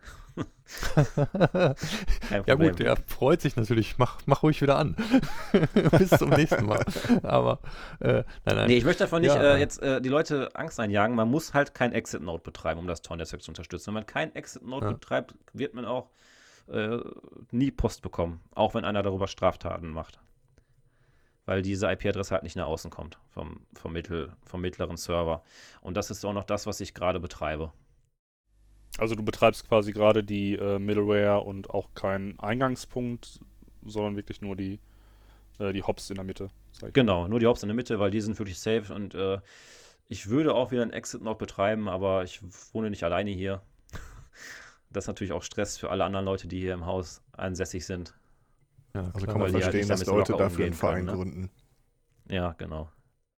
Kein Ja Problem. gut, der freut sich natürlich. Mach, mach ruhig wieder an. Bis zum nächsten Mal. Aber, äh, nein, nein. Nee, ich möchte davon nicht Ja. äh, jetzt äh, die Leute Angst einjagen. Man muss halt kein Exit-Node betreiben, um das Tor-Netzwerk zu unterstützen. Wenn man kein Exit-Node Ja. betreibt, wird man auch äh, nie Post bekommen. Auch wenn einer darüber Straftaten macht. Weil diese I P-Adresse halt nicht nach außen kommt vom, vom, Mittel, vom mittleren Server. Und das ist auch noch das, was ich gerade betreibe. Also du betreibst quasi gerade die äh, Middleware und auch keinen Eingangspunkt, sondern wirklich nur die Äh, die Hops in der Mitte. sag ich. Genau, nur die Hops in der Mitte, weil die sind wirklich safe und äh, ich würde auch wieder einen Exit noch betreiben, aber ich wohne nicht alleine hier. Das ist natürlich auch Stress für alle anderen Leute, die hier im Haus ansässig sind. Ja, Also klar. kann man weil die halt verstehen, nicht dass damit so Leute locker dafür einen umgehen Verein können, ne? gründen. Ja, genau.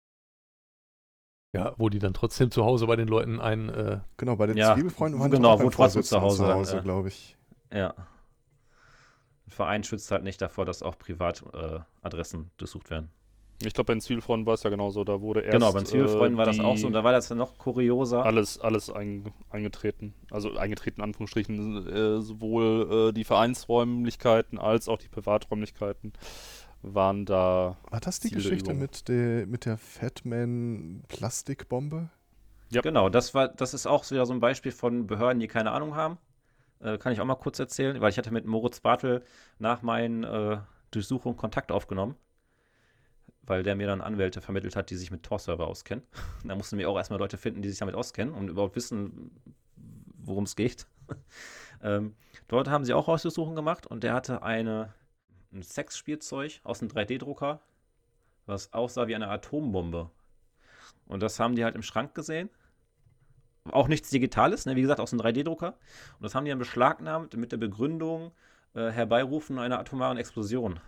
Ja, wo die dann trotzdem zu Hause bei den Leuten ein, äh, Genau, bei den Ja, Zwiebelfreunden waren genau, die auch wo beim trotzdem Vorsitzenden zu Hause dann, Hause äh, glaube ich. Ja. Ein Verein schützt halt nicht davor, dass auch Privatadressen äh, Adressen durchsucht werden. Ich glaube, bei den Zwiebelfreunden war es ja genauso. Da wurde erst Genau, beim Zwiebelfreunden äh, war das die- auch so und da war das dann noch kurioser. alles, alles ein, eingetreten. Also eingetreten, in Anführungsstrichen, äh, sowohl äh, die Vereinsräumlichkeiten als auch die Privaträumlichkeiten waren da. War das die Ziel der Geschichte Übung. mit der, mit der Fatman-Plastikbombe? Ja. Genau, das war, das ist auch wieder so ein Beispiel von Behörden, die keine Ahnung haben. Äh, kann ich auch mal kurz erzählen, weil ich hatte mit Moritz Bartel nach meinen äh, Durchsuchungen Kontakt aufgenommen, weil der mir dann Anwälte vermittelt hat, die sich mit Tor-Server auskennen. Da mussten wir auch erstmal Leute finden, die sich damit auskennen und überhaupt wissen, worum es geht. ähm, dort haben sie auch Hausdurchsuchungen gemacht und der hatte eine, ein Sexspielzeug aus einem drei D-Drucker, was aussah wie eine Atombombe. Und das haben die halt im Schrank gesehen. Auch nichts Digitales, ne? Wie gesagt, aus einem drei D-Drucker. Und das haben die dann beschlagnahmt mit der Begründung äh, Herbeirufen einer atomaren Explosion.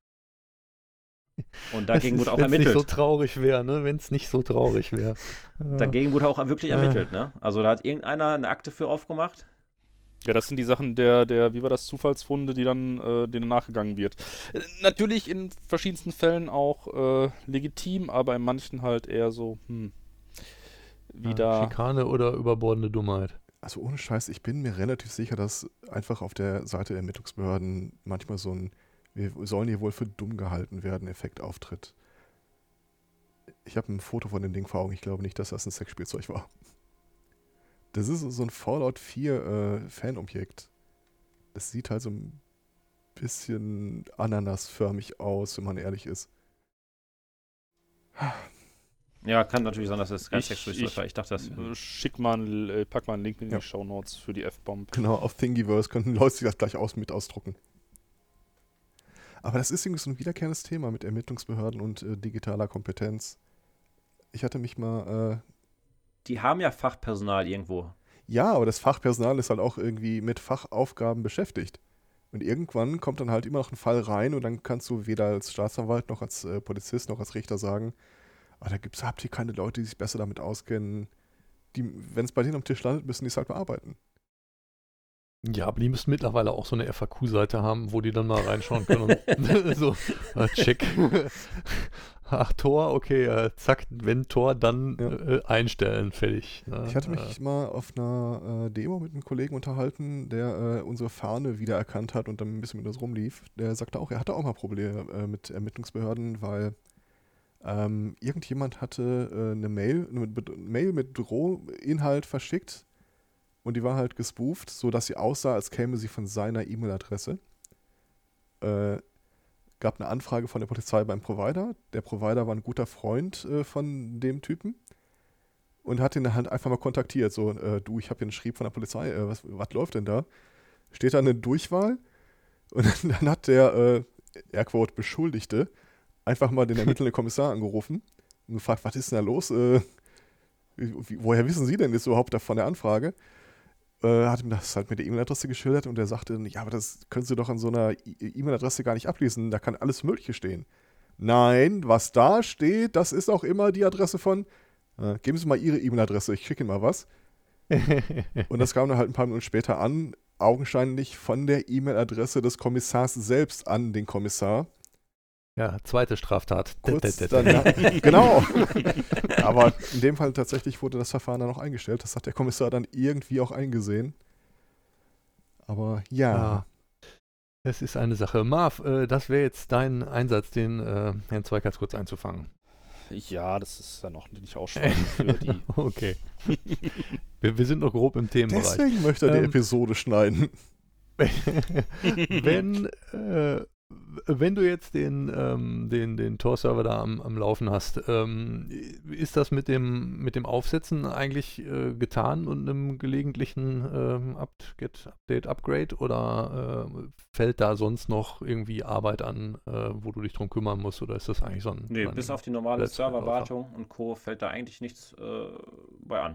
Und dagegen es wurde auch ist, wenn's ermittelt. nicht so traurig wäre, ne? Wenn es nicht so traurig wäre. Ja. Dagegen wurde auch wirklich Ja. ermittelt, ne? Also da hat irgendeiner eine Akte für aufgemacht. Ja, das sind die Sachen der, der, wie war das, Zufallsfunde, die dann, äh, denen nachgegangen wird. Äh, natürlich in verschiedensten Fällen auch äh, legitim, aber in manchen halt eher so, hm, Ja, wieder. Schikane oder überbordende Dummheit. Also ohne Scheiß, ich bin mir relativ sicher, dass einfach auf der Seite der Ermittlungsbehörden manchmal so ein wir sollen hier wohl für dumm gehalten werden Effekt auftritt. Ich habe ein Foto von dem Ding vor Augen, ich glaube nicht, dass das ein Sexspielzeug war. Das ist so ein Fallout vier äh, Fanobjekt. Das sieht halt so ein bisschen ananasförmig aus, wenn man ehrlich ist. Ja, kann natürlich sein, dass es kein Ich- Sexspielzeug ich- war. Ich dachte, das. Äh, Schick mal, einen, äh, pack mal einen Link in Ja. die Shownotes für die F-Bomb. Genau, auf Thingiverse könnten Leute sich das gleich aus mit ausdrucken. Aber das ist irgendwie so ein wiederkehrendes Thema mit Ermittlungsbehörden und äh, digitaler Kompetenz. Ich hatte mich mal... Äh, Die haben ja Fachpersonal irgendwo. ja, aber das Fachpersonal ist halt auch irgendwie mit Fachaufgaben beschäftigt. Und irgendwann kommt dann halt immer noch ein Fall rein und dann kannst du weder als Staatsanwalt noch als äh, Polizist noch als Richter sagen, ah, da gibt's, habt ihr keine Leute, die sich besser damit auskennen. Wenn es bei denen am Tisch landet, müssen die es halt bearbeiten. Ja, aber die müssen mittlerweile auch so eine F A Q-Seite haben, wo die dann mal reinschauen können. Und so, äh, check. Ach, Tor, okay, äh, zack, wenn Tor, dann Ja. äh, einstellen, fertig. Ne? Ich hatte mich mal auf einer äh, Demo mit einem Kollegen unterhalten, der äh, unsere Fahne wiedererkannt hat und dann ein bisschen mit uns rumlief. Der sagte auch, er hatte auch mal Probleme äh, mit Ermittlungsbehörden, weil ähm, irgendjemand hatte äh, eine Mail, eine Be- Mail mit Drohinhalt verschickt und die war halt gespooft, sodass sie aussah, als käme sie von seiner E-Mail-Adresse. Äh, gab eine Anfrage von der Polizei beim Provider. Der Provider war ein guter Freund äh, von dem Typen und hat ihn halt einfach mal kontaktiert. So, äh, du, ich habe hier einen Schrieb von der Polizei, äh, was, was läuft denn da? Steht da eine Durchwahl? Und dann hat der, äh, Airquote, Beschuldigte, einfach mal den ermittelnden Kommissar angerufen und gefragt, was ist denn da los? Äh, wie, woher wissen Sie denn jetzt überhaupt von der Anfrage? Äh, hat ihm das halt mit der E-Mail-Adresse geschildert und er sagte, ja, aber das können Sie doch an so einer E- E-Mail-Adresse gar nicht ablesen, da kann alles Mögliche stehen. Nein, was da steht, das ist auch immer die Adresse von, äh, geben Sie mal Ihre E-Mail-Adresse, ich schicke Ihnen mal was. Und das kam dann halt ein paar Minuten später an, augenscheinlich von der E-Mail-Adresse des Kommissars selbst an den Kommissar. Ja, zweite Straftat. Kurz Dä- dä- dä- danach, genau. Aber in dem Fall tatsächlich wurde das Verfahren dann auch eingestellt. Das hat der Kommissar dann irgendwie auch eingesehen. Aber ja. Ja. Es ist eine Sache. Marv, äh, das wäre jetzt dein Einsatz, den äh, Herrn Zweikatz kurz einzufangen. Ja, das ist ja noch nicht ausschreibend für die. Okay. wir, wir sind noch grob im Themenbereich. Deswegen möchte er die Ähm, Episode schneiden. Wenn äh, wenn du jetzt den, ähm, den, den Tor-Server da am, am Laufen hast, ähm, ist das mit dem, mit dem Aufsetzen eigentlich äh, getan und einem gelegentlichen ähm, Up-Get, Update, Upgrade oder äh, fällt da sonst noch irgendwie Arbeit an, äh, wo du dich drum kümmern musst, oder ist das eigentlich so ein... Nee, ein bis auf die normale Letztläufer? Serverwartung und Co. fällt da eigentlich nichts äh, bei an.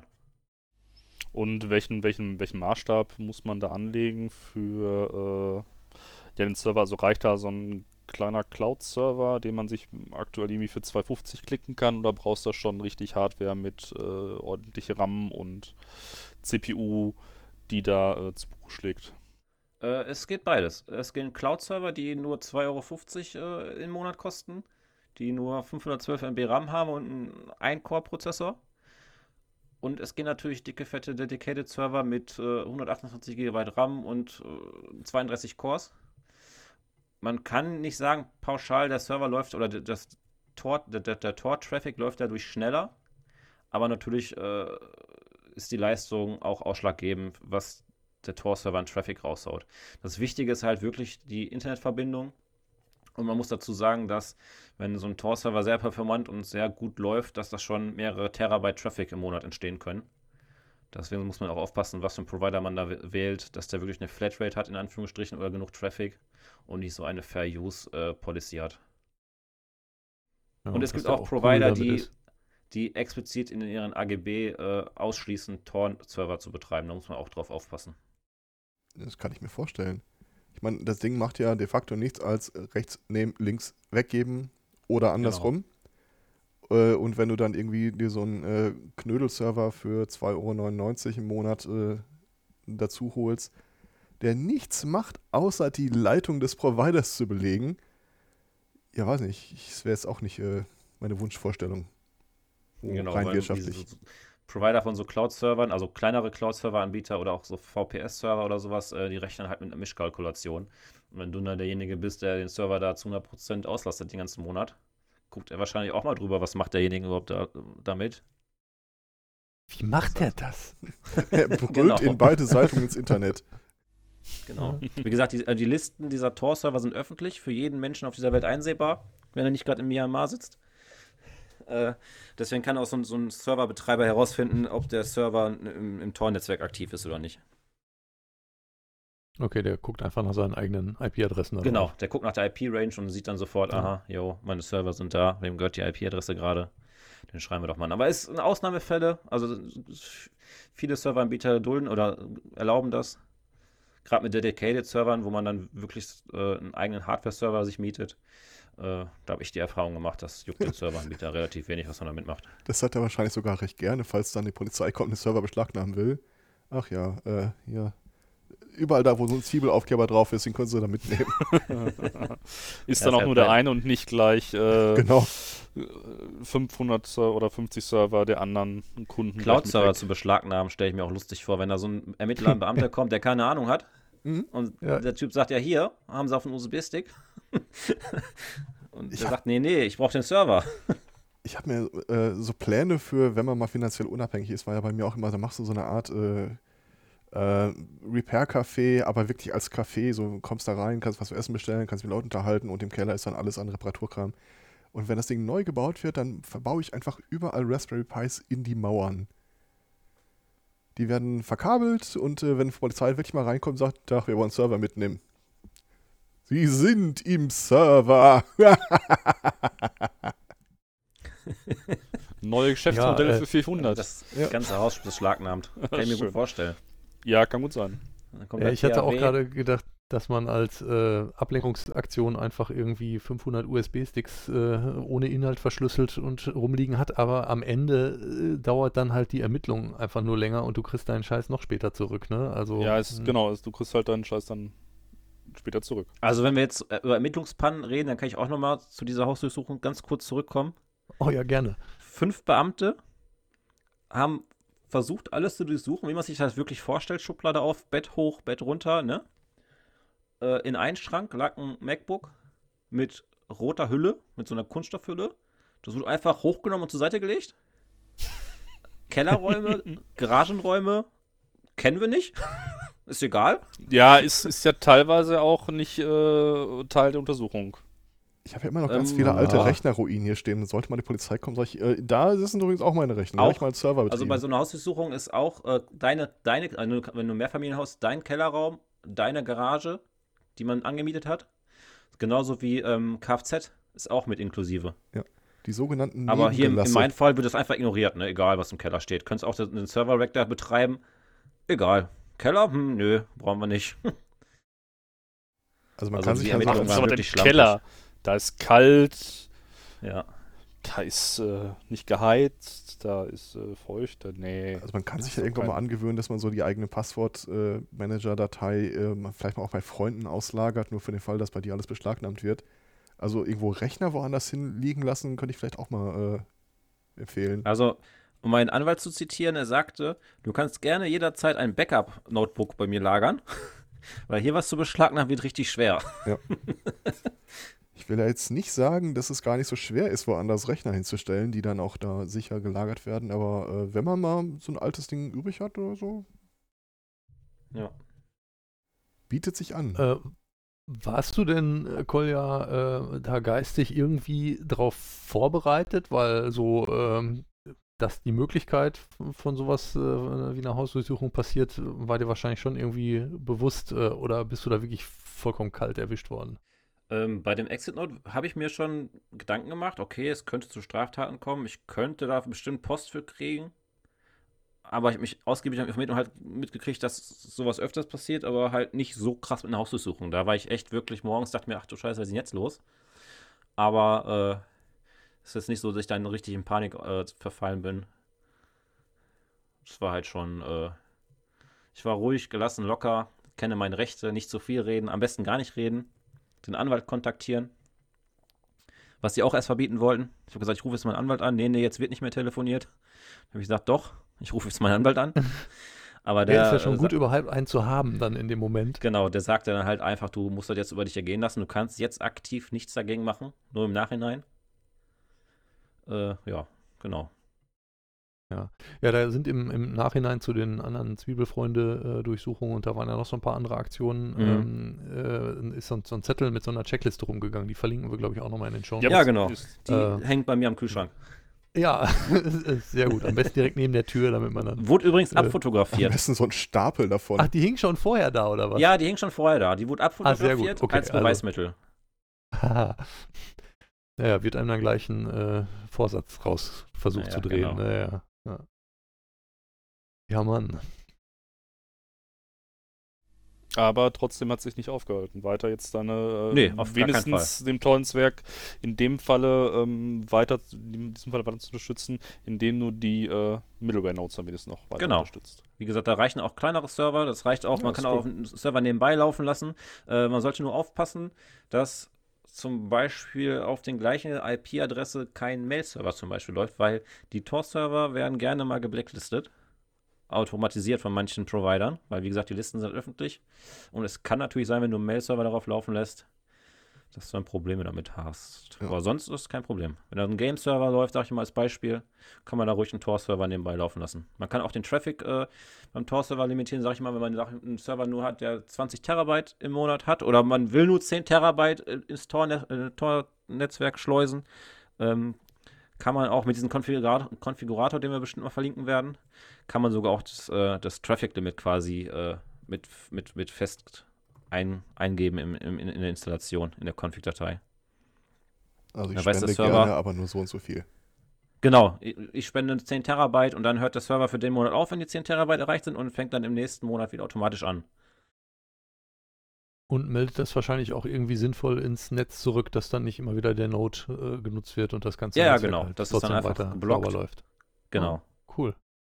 Und welchen, welchen, welchen Maßstab muss man da anlegen für äh, ja, den Server? Also reicht da so ein kleiner Cloud-Server, den man sich aktuell irgendwie für zweihundertfünfzig klicken kann, oder brauchst du schon richtig Hardware mit äh, ordentliche RAM und C P U, die da äh, zu Buche schlägt? Äh, es geht beides. Es gehen Cloud-Server, die nur zwei Euro fünfzig äh, im Monat kosten, die nur fünfhundertzwölf Megabyte RAM haben und einen ein-Core-Prozessor. Und es gehen natürlich dicke, fette Dedicated-Server mit äh, hundertachtundzwanzig Gigabyte RAM und äh, zweiunddreißig Cores. Man kann nicht sagen, pauschal, der Server läuft oder das Tor, der, der, der Tor-Traffic läuft dadurch schneller. Aber natürlich äh, ist die Leistung auch ausschlaggebend, was der Tor-Server an Traffic raushaut. Das Wichtige ist halt wirklich die Internetverbindung. Und man muss dazu sagen, dass, wenn so ein Tor-Server sehr performant und sehr gut läuft, dass das schon mehrere Terabyte Traffic im Monat entstehen können. Deswegen muss man auch aufpassen, was für einen Provider man da wählt, dass der wirklich eine Flatrate hat, in Anführungsstrichen, oder genug Traffic und nicht so eine Fair-Use-Policy hat. Ja, und es was gibt da auch cool Provider, damit die, ist. die explizit in ihren A G B äh, ausschließen, Tor-Server zu betreiben. Da muss man auch drauf aufpassen. Das kann ich mir vorstellen. Ich meine, das Ding macht ja de facto nichts als rechts nehmen, links weggeben oder andersrum. Genau. Äh, und wenn du dann irgendwie dir so einen äh, Knödelserver für zwei Euro neunundneunzig im Monat äh, dazu holst, der nichts macht, außer die Leitung des Providers zu belegen, ja, weiß nicht, das wäre jetzt auch nicht äh, meine Wunschvorstellung. Genau, rein weil wirtschaftlich. diese Provider von so Cloud-Servern, also kleinere Cloud-Server-Anbieter oder auch so V P S-Server oder sowas, äh, die rechnen halt mit einer Mischkalkulation. Und wenn du dann derjenige bist, der den Server da zu hundert Prozent auslastet den ganzen Monat, guckt er wahrscheinlich auch mal drüber, was macht derjenige überhaupt da, damit. Wie macht er das? Er brüllt Genau. in beide Seiten ins Internet. Genau. Wie gesagt, die, die Listen dieser Tor-Server sind öffentlich, für jeden Menschen auf dieser Welt einsehbar, wenn er nicht gerade in Myanmar sitzt. Äh, deswegen kann auch so ein, so ein Serverbetreiber herausfinden, ob der Server im, im Tor-Netzwerk aktiv ist oder nicht. Okay, der guckt einfach nach seinen eigenen I P-Adressen. Genau, der guckt nach der I P-Range und sieht dann sofort, Ja. aha, jo, meine Server sind da, wem gehört die I P-Adresse gerade? Den schreiben wir doch mal an. Aber es ist eine Ausnahmefälle, also viele Serveranbieter dulden oder erlauben das. Gerade mit Dedicated-Servern, wo man dann wirklich äh, einen eigenen Hardware-Server sich mietet. Äh, da habe ich die Erfahrung gemacht, das juckt den Serveranbieter relativ wenig, was man damit macht. Das hat er wahrscheinlich sogar recht gerne, falls dann die Polizei kommt und den Server beschlagnahmen will. Ach ja, äh, ja. Überall da, wo so ein Zwiebelaufkleber drauf ist, den können sie da mitnehmen. Ist Ja, dann auch ist nur halt der bei- eine und nicht gleich äh, Genau. fünfhundert Ser- oder fünfzig Server der anderen Kunden. gleich mit Cloud-Server weg. zu beschlagnahmen, stelle ich mir auch lustig vor, wenn da so ein Ermittler, ein Beamter kommt, der keine Ahnung hat. Mhm. Und Ja. der Typ sagt, ja, hier, haben sie auf einen U S B-Stick. Und Ich der hab- sagt, nee, nee, ich brauche den Server. Ich habe mir äh, so Pläne für, wenn man mal finanziell unabhängig ist, war ja bei mir auch immer, da machst du so eine Art äh, äh, Repair-Café, aber wirklich als Café, so kommst da rein, kannst was zu essen bestellen, kannst mit Leuten unterhalten und im Keller ist dann alles an Reparaturkram. Und wenn das Ding neu gebaut wird, dann verbaue ich einfach überall Raspberry Pis in die Mauern. Die werden verkabelt und äh, wenn die Polizei wirklich mal reinkommt und sagt, ach, wir wollen einen Server mitnehmen. Sie sind im Server. Neue Geschäftsmodelle Ja, äh, für vierhundert. Das Ja. ganze Haus beschlagnahmt. Kann ich mir Schön. gut vorstellen. Ja, kann gut sein. Dann kommt Ja, der ich hatte auch T H W. gerade gedacht, dass man als äh, Ablenkungsaktion einfach irgendwie fünfhundert U S B-Sticks äh, ohne Inhalt verschlüsselt und rumliegen hat, aber am Ende äh, dauert dann halt die Ermittlung einfach nur länger und du kriegst deinen Scheiß noch später zurück, ne? Also, Ja, es, mh. genau, es, du kriegst halt deinen Scheiß dann später zurück. Also wenn wir jetzt äh, über Ermittlungspannen reden, dann kann ich auch nochmal zu dieser Hausdurchsuchung ganz kurz zurückkommen. Oh ja, gerne. Fünf Beamte haben versucht, alles zu durchsuchen, wie man sich das wirklich vorstellt. Schublade auf, Bett hoch, Bett runter, ne? Äh, in einen Schrank lag ein MacBook mit roter Hülle, mit so einer Kunststoffhülle. Das wurde einfach hochgenommen und zur Seite gelegt. Kellerräume, Garagenräume, kennen wir nicht. Ist egal. Ja, ist, ist ja teilweise auch nicht äh, Teil der Untersuchung. Ich habe ja immer noch ganz Ähm, viele alte ja. Rechnerruinen hier stehen. Sollte mal die Polizei kommen, sag ich, äh, da sitzen übrigens auch meine Rechner. Da Auch? hab ich mal einen Server betrieben. Also bei so einer Hausdurchsuchung ist auch äh, deine, deine, also wenn du ein Mehrfamilienhaus, dein Kellerraum, deine Garage, die man angemietet hat, genauso wie ähm, Kfz, ist auch mit inklusive. Die sogenannten Aber hier im, in Nebengelasse. meinem Fall wird das einfach ignoriert, ne? Egal, was im Keller steht. Könntest auch den Server-Rack da betreiben. Egal. Keller? Hm, nö, brauchen wir nicht. Also man also kann die sich ja Ermittlungen sagen, Was waren aber wirklich den Keller? Da ist kalt, Ja. da ist äh, nicht geheizt, da ist äh, feucht. da- Nee. also man kann Das sich ist ja doch irgendwann kein- mal angewöhnen, dass man so die eigene Passwort-Manager-Datei äh, mal- vielleicht mal auch bei Freunden auslagert, nur für den Fall, dass bei dir alles beschlagnahmt wird. Also irgendwo Rechner woanders hin liegen lassen, könnte ich vielleicht auch mal äh, empfehlen. Also, um meinen Anwalt zu zitieren, er sagte, du kannst gerne jederzeit ein Backup-Notebook bei mir lagern, weil hier was zu beschlagnahmen wird richtig schwer. Ich will ja jetzt nicht sagen, dass es gar nicht so schwer ist, woanders Rechner hinzustellen, die dann auch da sicher gelagert werden, aber äh, wenn man mal so ein altes Ding übrig hat oder so, Ja. bietet sich an. Äh, warst du denn, äh, Kolja, äh, da geistig irgendwie drauf vorbereitet? Weil so, ähm, dass die Möglichkeit von sowas äh, wie einer Hausdurchsuchung passiert, war dir wahrscheinlich schon irgendwie bewusst äh, oder bist du da wirklich vollkommen kalt erwischt worden? Ähm, bei dem Exit-Note habe ich mir schon Gedanken gemacht, okay, es könnte zu Straftaten kommen, ich könnte da bestimmt Post für kriegen. Aber ich habe mich ausgiebig informiert und halt mitgekriegt, dass sowas öfters passiert, aber halt nicht so krass mit einer Hausdurchsuchung. Da war ich echt wirklich morgens, dachte mir, ach du Scheiße, was ist denn jetzt los? Aber äh, es ist jetzt nicht so, dass ich dann richtig in Panik äh, verfallen bin. Es war halt schon, äh, ich war ruhig, gelassen, locker, kenne meine Rechte, nicht zu viel reden, am besten gar nicht reden, den Anwalt kontaktieren. Was sie auch erst verbieten wollten. Ich habe gesagt, ich rufe jetzt meinen Anwalt an. Nee, nee, jetzt wird nicht mehr telefoniert. Dann habe ich gesagt, doch, ich rufe jetzt meinen Anwalt an. Aber der, Der ist ja schon äh, gut, sa- überhaupt einen zu haben dann in dem Moment. Genau, der sagte dann halt einfach, du musst das jetzt über dich ergehen lassen. Du kannst jetzt aktiv nichts dagegen machen, nur im Nachhinein. Äh, ja, genau. Ja, da sind im, im Nachhinein zu den anderen Zwiebelfreunde-Durchsuchungen und da waren ja noch so ein paar andere Aktionen, Mhm. ähm, äh, ist so, so ein Zettel mit so einer Checkliste rumgegangen. Die verlinken wir, glaube ich, auch nochmal in den Show. Ja, Ja, das genau. ist- Die Äh. hängt bei mir am Kühlschrank. Ja, sehr gut. Am besten direkt neben der Tür, damit man dann. Wurde übrigens Äh. Am abfotografiert. besten so ein Stapel davon. Ach, die hing schon vorher da, oder was? Ja, die hing schon vorher da. Die wurde abfotografiert gut. Okay, als also- Beweismittel. Haha. Naja, wird einem dann gleich ein äh, Vorsatz raus versucht Ja, zu drehen. genau. Naja, ja. Ja, Mann. Aber trotzdem hat sich nicht aufgehalten. Weiter jetzt deine, äh, Nee, auf gar keinen wenigstens dem tollen Zwerg in dem Falle ähm, weiter, in diesem Falle weiter zu unterstützen, indem du die äh, Middleware-Nodes dann wenigstens noch weiter Genau. unterstützt. Wie gesagt, da reichen auch kleinere Server. Das reicht auch, Ja, man ist kann auch cool. einen Server nebenbei laufen lassen. Äh, man sollte nur aufpassen, dass zum Beispiel auf den gleichen I P-Adresse kein Mail-Server zum Beispiel läuft, weil die Tor-Server werden gerne mal geblacklistet. Automatisiert von manchen Providern, weil wie gesagt, die Listen sind öffentlich. Und es kann natürlich sein, wenn du einen Mail-Server darauf laufen lässt, dass du dann Probleme damit hast. Ja. Aber sonst ist es kein Problem. Wenn da ein Game-Server läuft, sag ich mal als Beispiel, kann man da ruhig einen Tor-Server nebenbei laufen lassen. Man kann auch den Traffic äh, beim Tor-Server limitieren, sag ich mal, wenn man einen Server nur hat, der zwanzig Terabyte im Monat hat oder man will nur zehn Terabyte äh, ins Tor-Ne- äh, Tor-Netzwerk schleusen, ähm, kann man auch mit diesem Konfigurator, Konfigurator, den wir bestimmt mal verlinken werden, kann man sogar auch das, äh, das Traffic-Limit quasi äh, mit, mit, mit fest ein, eingeben im, im, in der Installation, in der Config-Datei. Also ich Da weiß der spende Server- gerne, aber nur so und so viel. Genau, ich, ich spende zehn Terabyte und dann hört der Server für den Monat auf, wenn die zehn Terabyte erreicht sind und fängt dann im nächsten Monat wieder automatisch an. Und meldet das wahrscheinlich auch irgendwie sinnvoll ins Netz zurück, dass dann nicht immer wieder der Node äh, genutzt wird und das Ganze Ja, ja, Netzwerk genau. halt Das ist dann trotzdem einfach weiter geblockt. sauber läuft. Genau. Cool.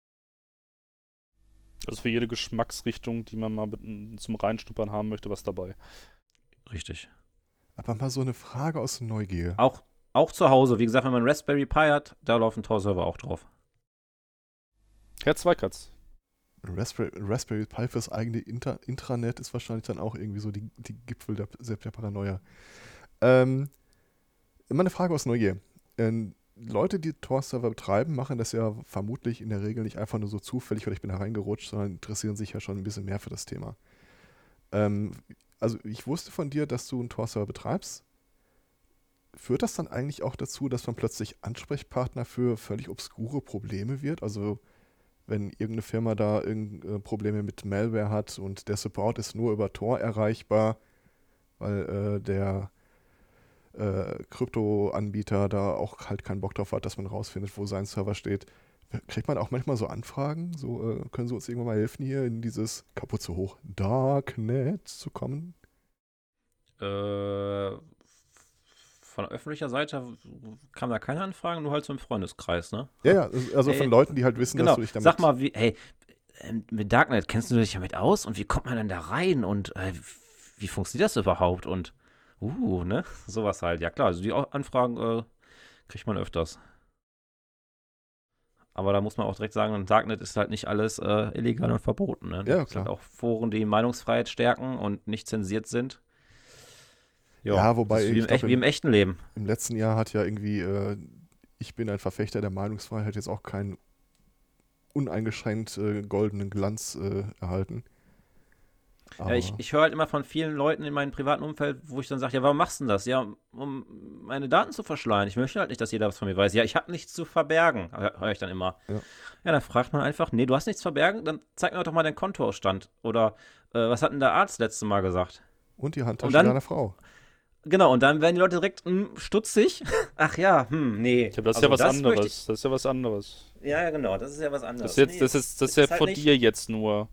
Also für jede Geschmacksrichtung, die man mal mit, zum Reinschnuppern haben möchte, was dabei. Richtig. Aber mal so eine Frage aus Neugier. Auch, auch zu Hause, wie gesagt, wenn man einen Raspberry Pi hat, da läuft ein Tor-Server auch drauf. Herr Zweikatz. Raspberry, Raspberry Pi fürs eigene Inter, Intranet ist wahrscheinlich dann auch irgendwie so die, die Gipfel der, selbst der Paranoia. Ähm, immer eine Frage aus Neugier. Ähm, Leute, die Tor-Server betreiben, machen das ja vermutlich in der Regel nicht einfach nur so zufällig oder ich bin da reingerutscht, sondern interessieren sich ja schon ein bisschen mehr für das Thema. Ähm, also ich wusste von dir, dass du einen Tor-Server betreibst. Führt das dann eigentlich auch dazu, dass man plötzlich Ansprechpartner für völlig obskure Probleme wird? Also wenn irgendeine Firma da irgendeine Probleme mit Malware hat und der Support ist nur über Tor erreichbar, weil äh, der äh, Krypto-Anbieter da auch halt keinen Bock drauf hat, dass man rausfindet, wo sein Server steht. Kriegt man auch manchmal so Anfragen? So, äh, können Sie uns irgendwann mal helfen, hier in dieses kaputt so hoch Darknet zu kommen? Äh, von öffentlicher Seite kam da keine Anfragen, nur halt so im Freundeskreis, ne? Ja, ja, also Ey, von Leuten, die halt wissen, Genau, dass du dich damit... sag mal, wie, hey, ähm, mit Darknet, kennst du dich damit aus? Und wie kommt man denn da rein? Und äh, wie funktioniert das überhaupt? Und, uh, ne? Sowas halt. Ja klar, also die Au- Anfragen äh, kriegt man öfters. Aber da muss man auch direkt sagen, Darknet ist halt nicht alles äh, illegal und verboten, ne? Ja, Es sind klar. auch Foren, die Meinungsfreiheit stärken und nicht zensiert sind. Ja, wobei, das ist wie, ich im, glaub, echt, wie im echten Leben. Im letzten Jahr hat ja irgendwie, äh, ich bin ein Verfechter der Meinungsfreiheit, jetzt auch keinen uneingeschränkt äh, goldenen Glanz äh, erhalten. Ja, Aber ich ich höre halt immer von vielen Leuten in meinem privaten Umfeld, wo ich dann sage, ja, warum machst du denn das? Ja, um meine Daten zu verschleiern. Ich möchte halt nicht, dass jeder was von mir weiß. Ja, ich habe nichts zu verbergen, höre hör ich dann immer. Ja. Ja, dann fragt man einfach, nee, du hast nichts zu verbergen, dann zeig mir doch mal deinen Kontoausstand. Oder äh, was hat denn der Arzt letztes Mal gesagt? und die Handtasche Und dann- deiner Frau. Genau, und dann werden die Leute direkt hm, stutzig. Ach ja, hm, nee. Ja, das ist Also ja was möchte anderes. ich- Das ist ja was anderes. Ja, ja, genau, das ist ja was anderes. Das ist jetzt, Nee, das ist, das ist ja halt von nicht- dir jetzt nur.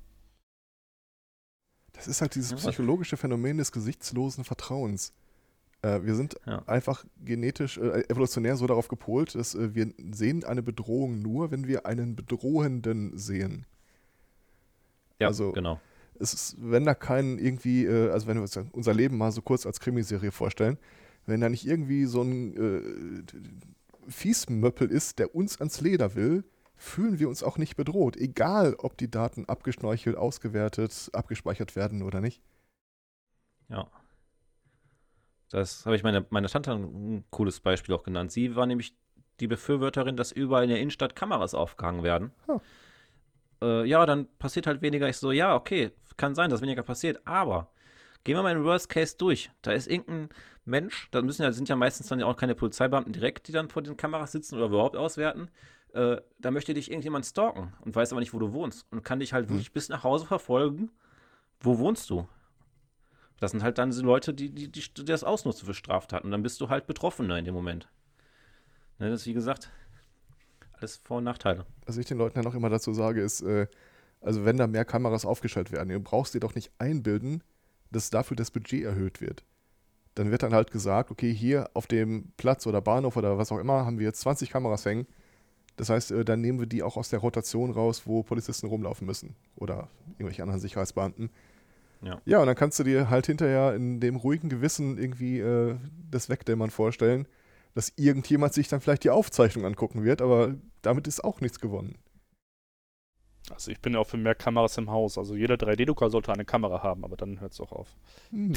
Das ist halt dieses Ja. psychologische Phänomen des gesichtslosen Vertrauens. Äh, wir sind Ja. einfach genetisch, äh, evolutionär so darauf gepolt, dass äh, wir sehen eine Bedrohung nur, wenn wir einen Bedrohenden sehen. Ja, also- genau. Es ist, wenn da kein irgendwie, äh, also wenn wir uns unser Leben mal so kurz als Krimiserie vorstellen, wenn da nicht irgendwie so ein äh, Fiesmöppel ist, der uns ans Leder will, fühlen wir uns auch nicht bedroht, egal ob die Daten abgeschnorchelt, ausgewertet, abgespeichert werden oder nicht. Ja. Das habe ich meine, meine Tante ein cooles Beispiel auch genannt. Sie war nämlich die Befürworterin, dass überall in der Innenstadt Kameras aufgehangen werden. Huh. Äh, ja, dann passiert halt weniger. Ich so, ja, okay, kann sein, dass weniger passiert, aber gehen wir mal in den Worst Case durch. Da ist irgendein Mensch, da müssen ja, sind ja meistens dann ja auch keine Polizeibeamten direkt, die dann vor den Kameras sitzen oder überhaupt auswerten. Äh, da möchte dich irgendjemand stalken und weiß aber nicht, wo du wohnst und kann dich halt Hm. wirklich bis nach Hause verfolgen. Wo wohnst du? Das sind halt dann so Leute, die, die, die, die das ausnutzen für Straftaten. Und dann bist du halt Betroffener in dem Moment. Ne, das ist wie gesagt, alles Vor- und Nachteile. Was ich den Leuten dann auch immer dazu sage, ist, äh, also wenn da mehr Kameras aufgestellt werden, du brauchst dir doch nicht einbilden, dass dafür das Budget erhöht wird. Dann wird dann halt gesagt, okay, hier auf dem Platz oder Bahnhof oder was auch immer haben wir jetzt zwanzig Kameras hängen. Das heißt, äh, dann nehmen wir die auch aus der Rotation raus, wo Polizisten rumlaufen müssen oder irgendwelche anderen Sicherheitsbeamten. Ja. Ja, und dann kannst du dir halt hinterher in dem ruhigen Gewissen irgendwie äh, das Wegdämmern vorstellen, dass irgendjemand sich dann vielleicht die Aufzeichnung angucken wird, aber damit ist auch nichts gewonnen. Also ich bin ja auch für mehr Kameras im Haus. Also jeder drei D-Drucker sollte eine Kamera haben, aber dann hört es auch auf. Hm.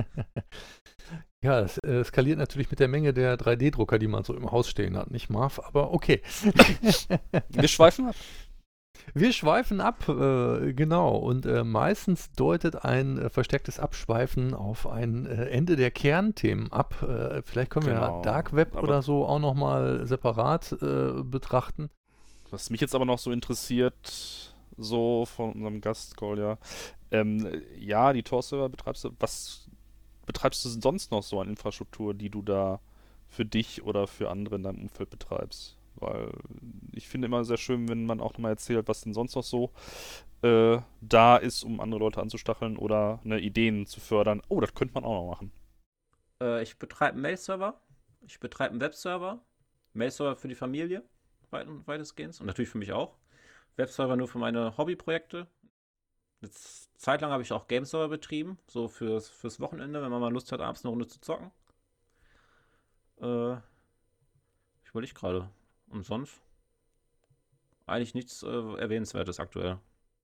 Ja, es äh, skaliert natürlich mit der Menge der drei D-Drucker, die man so im Haus stehen hat, nicht Marv? Aber okay. Wir schweifen ab. Wir schweifen ab, äh, genau. Und äh, meistens deutet ein äh, verstärktes Abschweifen auf ein äh, Ende der Kernthemen ab. Äh, vielleicht können wir ja Genau. Dark Web Aber- oder so auch nochmal separat äh, betrachten. Was mich jetzt aber noch so interessiert, so von unserem Gast, Kolja, ähm, ja, die Tor-Server betreibst du, was betreibst du sonst noch so an Infrastruktur, die du da für dich oder für andere in deinem Umfeld betreibst? Weil ich finde immer sehr schön, wenn man auch nochmal erzählt, was denn sonst noch so äh, da ist, um andere Leute anzustacheln oder ne, Ideen zu fördern. Oh, das könnte man auch noch machen. Äh, ich betreibe einen Mail-Server, ich betreibe einen Webserver, Mail-Server für die Familie, weit, weitestgehend, und natürlich für mich auch. Webserver nur für meine Hobbyprojekte. Eine Zeit lang habe ich auch Game-Server betrieben, so fürs, fürs Wochenende, wenn man mal Lust hat, abends eine Runde zu zocken. Äh, ich überlege gerade. Und sonst? Eigentlich nichts äh, Erwähnenswertes aktuell.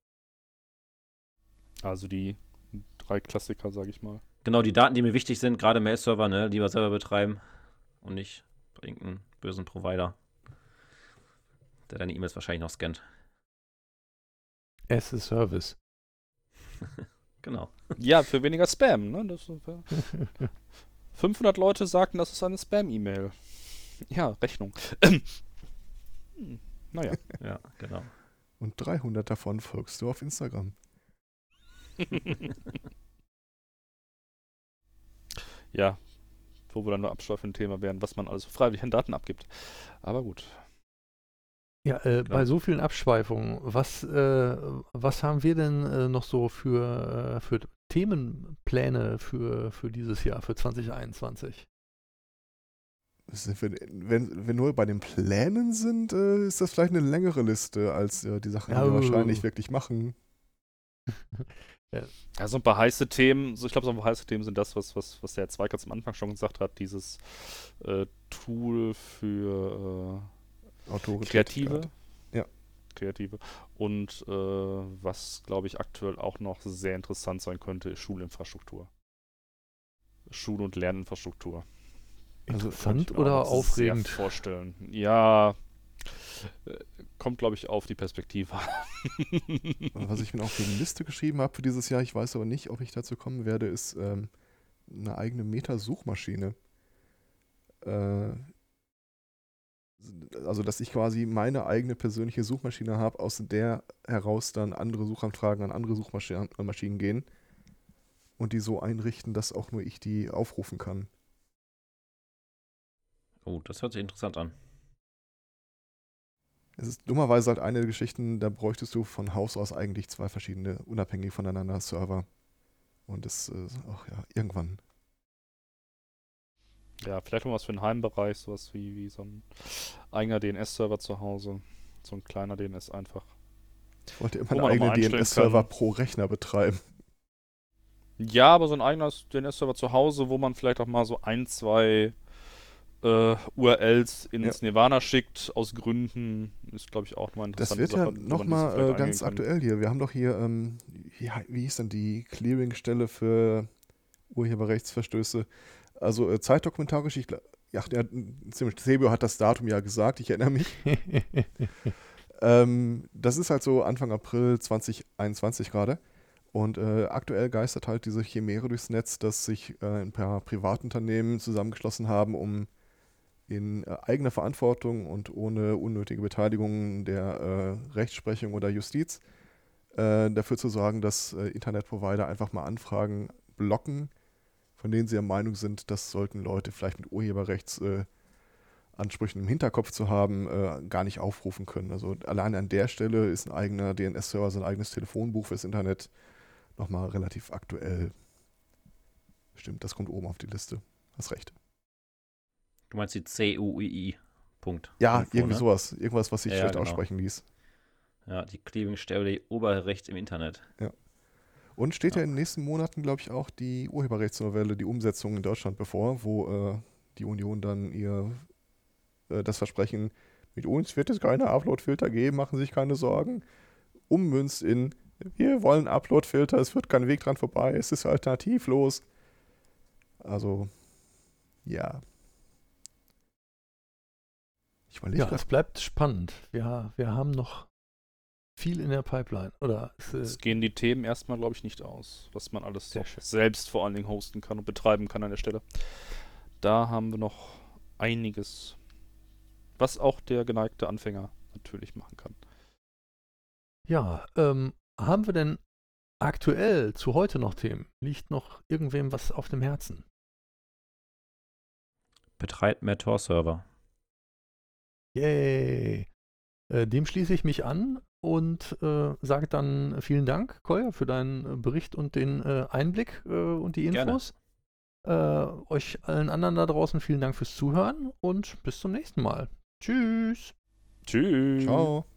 Also die drei Klassiker, sag ich mal. Genau, die Daten, die mir wichtig sind, gerade Mail-Server, ne, lieber selber betreiben und nicht bei irgendeinem bösen Provider, der deine E-Mails wahrscheinlich noch scannt. As a Service. Genau. Ja, für weniger Spam. Ne? Das, äh, fünfhundert Leute sagten, das ist eine Spam-E-Mail. Ja, Rechnung. Hm, naja. Ja, genau. Und dreihundert davon folgst du auf Instagram. Ja, wo wir dann nur abschweifende Thema wären, was man alles freiwillig an Daten abgibt. Aber gut. Ja, äh, Klar. bei so vielen Abschweifungen, was, äh, was haben wir denn äh, noch so für, äh, für Themenpläne für, für dieses Jahr, für zwanzig einundzwanzig? Sind wir, wenn wir nur bei den Plänen sind, äh, ist das vielleicht eine längere Liste als äh, die Sachen, die Ja, wir uh. wahrscheinlich wirklich machen. Ja, so ein paar heiße Themen, so ich glaube, so ein paar heiße Themen sind das, was, was, was der Herr Zweikatz am Anfang schon gesagt hat, dieses äh, Tool für äh, Autoren Kreative. Ja. Kreative. Und äh, was, glaube ich, aktuell auch noch sehr interessant sein könnte, ist Schulinfrastruktur. Schul- und Lerninfrastruktur. Also, Interessant Kann ich mir oder auch sehr aufregend? vorstellen. Ja, äh, kommt, glaube ich, auf die Perspektive an. Was ich mir auch für eine Liste geschrieben habe für dieses Jahr, ich weiß aber nicht, ob ich dazu kommen werde, ist ähm, eine eigene Meta-Suchmaschine. Äh, also, dass ich quasi meine eigene persönliche Suchmaschine habe, aus der heraus dann andere Suchanfragen an andere Suchmaschinen Maschinen gehen und die so einrichten, dass auch nur ich die aufrufen kann. Oh, das hört sich interessant an. Es ist dummerweise halt eine der Geschichten, da bräuchtest du von Haus aus eigentlich zwei verschiedene, unabhängig voneinander Server. Und das, äh, ach ja, irgendwann. Ja, vielleicht mal was für den Heimbereich, sowas wie, wie so ein eigener D N S-Server zu Hause. So ein kleiner D N S einfach. Ich wollte immer Wo einen man auch mal eigenen D N einstellen S-Server kann. pro Rechner betreiben. Ja, aber so ein eigener D N S-Server zu Hause, wo man vielleicht auch mal so ein, zwei äh, U R Ls ins Nirvana schickt, aus Gründen, ist, glaube ich, auch mal eine Das interessante wird ja Sache, wo man das nochmal vielleicht äh, ganz angehen kann. aktuell hier. Wir haben doch hier, ähm, wie, wie hieß denn die Clearingstelle für Urheberrechtsverstöße? Also äh, zeitdokumentarisch, ich glaube, ja, der, ziemlich, Sebio hat das Datum ja gesagt, ich erinnere mich. ähm, das ist halt so Anfang April zwanzig einundzwanzig gerade. Und äh, aktuell geistert halt diese Chimäre durchs Netz, dass sich äh, ein paar Privatunternehmen zusammengeschlossen haben, um in äh, eigener Verantwortung und ohne unnötige Beteiligung der äh, Rechtsprechung oder Justiz äh, dafür zu sorgen, dass äh, Internetprovider einfach mal Anfragen blocken, von denen sie der Meinung sind, das sollten Leute vielleicht mit Urheberrechtsansprüchen äh, im Hinterkopf zu haben, äh, gar nicht aufrufen können. Also allein an der Stelle ist ein eigener D N S-Server, so ein eigenes Telefonbuch fürs Internet nochmal relativ aktuell. Stimmt, das kommt oben auf die Liste. Hast recht. Du meinst die C U I I. Punkt. Ja, Info, irgendwie ne? sowas. Irgendwas, was sich Ja, schlecht genau. aussprechen ließ. Ja, die Clearingstelle Oberrecht im Internet. Und steht ja, Ja. in den nächsten Monaten, glaube ich, auch die Urheberrechtsnovelle, die Umsetzung in Deutschland bevor, wo äh, die Union dann ihr äh, das Versprechen, mit uns wird es keine Upload-Filter geben, machen Sie sich keine Sorgen, ummünzt in, wir wollen Upload-Filter, es wird kein Weg dran vorbei, es ist alternativlos. Also, ja. Ich überlege Ja, es bleibt spannend. Wir, wir haben noch viel in der Pipeline. Oder es, Es äh, gehen die Themen erstmal, glaube ich, nicht aus, was man alles Sehr so schön. selbst vor allen Dingen hosten kann und betreiben kann an der Stelle. Da haben wir noch einiges, was auch der geneigte Anfänger natürlich machen kann. ja, ähm, haben wir denn aktuell zu heute noch Themen? Liegt noch irgendwem was auf dem Herzen? Betreibt mehr Tor-Server. Yay! Äh, dem schließe ich mich an und äh, sage dann vielen Dank, Kolja, für deinen äh, Bericht und den äh, Einblick äh, und die Gerne. Infos. Äh, euch allen anderen da draußen vielen Dank fürs Zuhören und bis zum nächsten Mal. Tschüss! Tschüss! Ciao.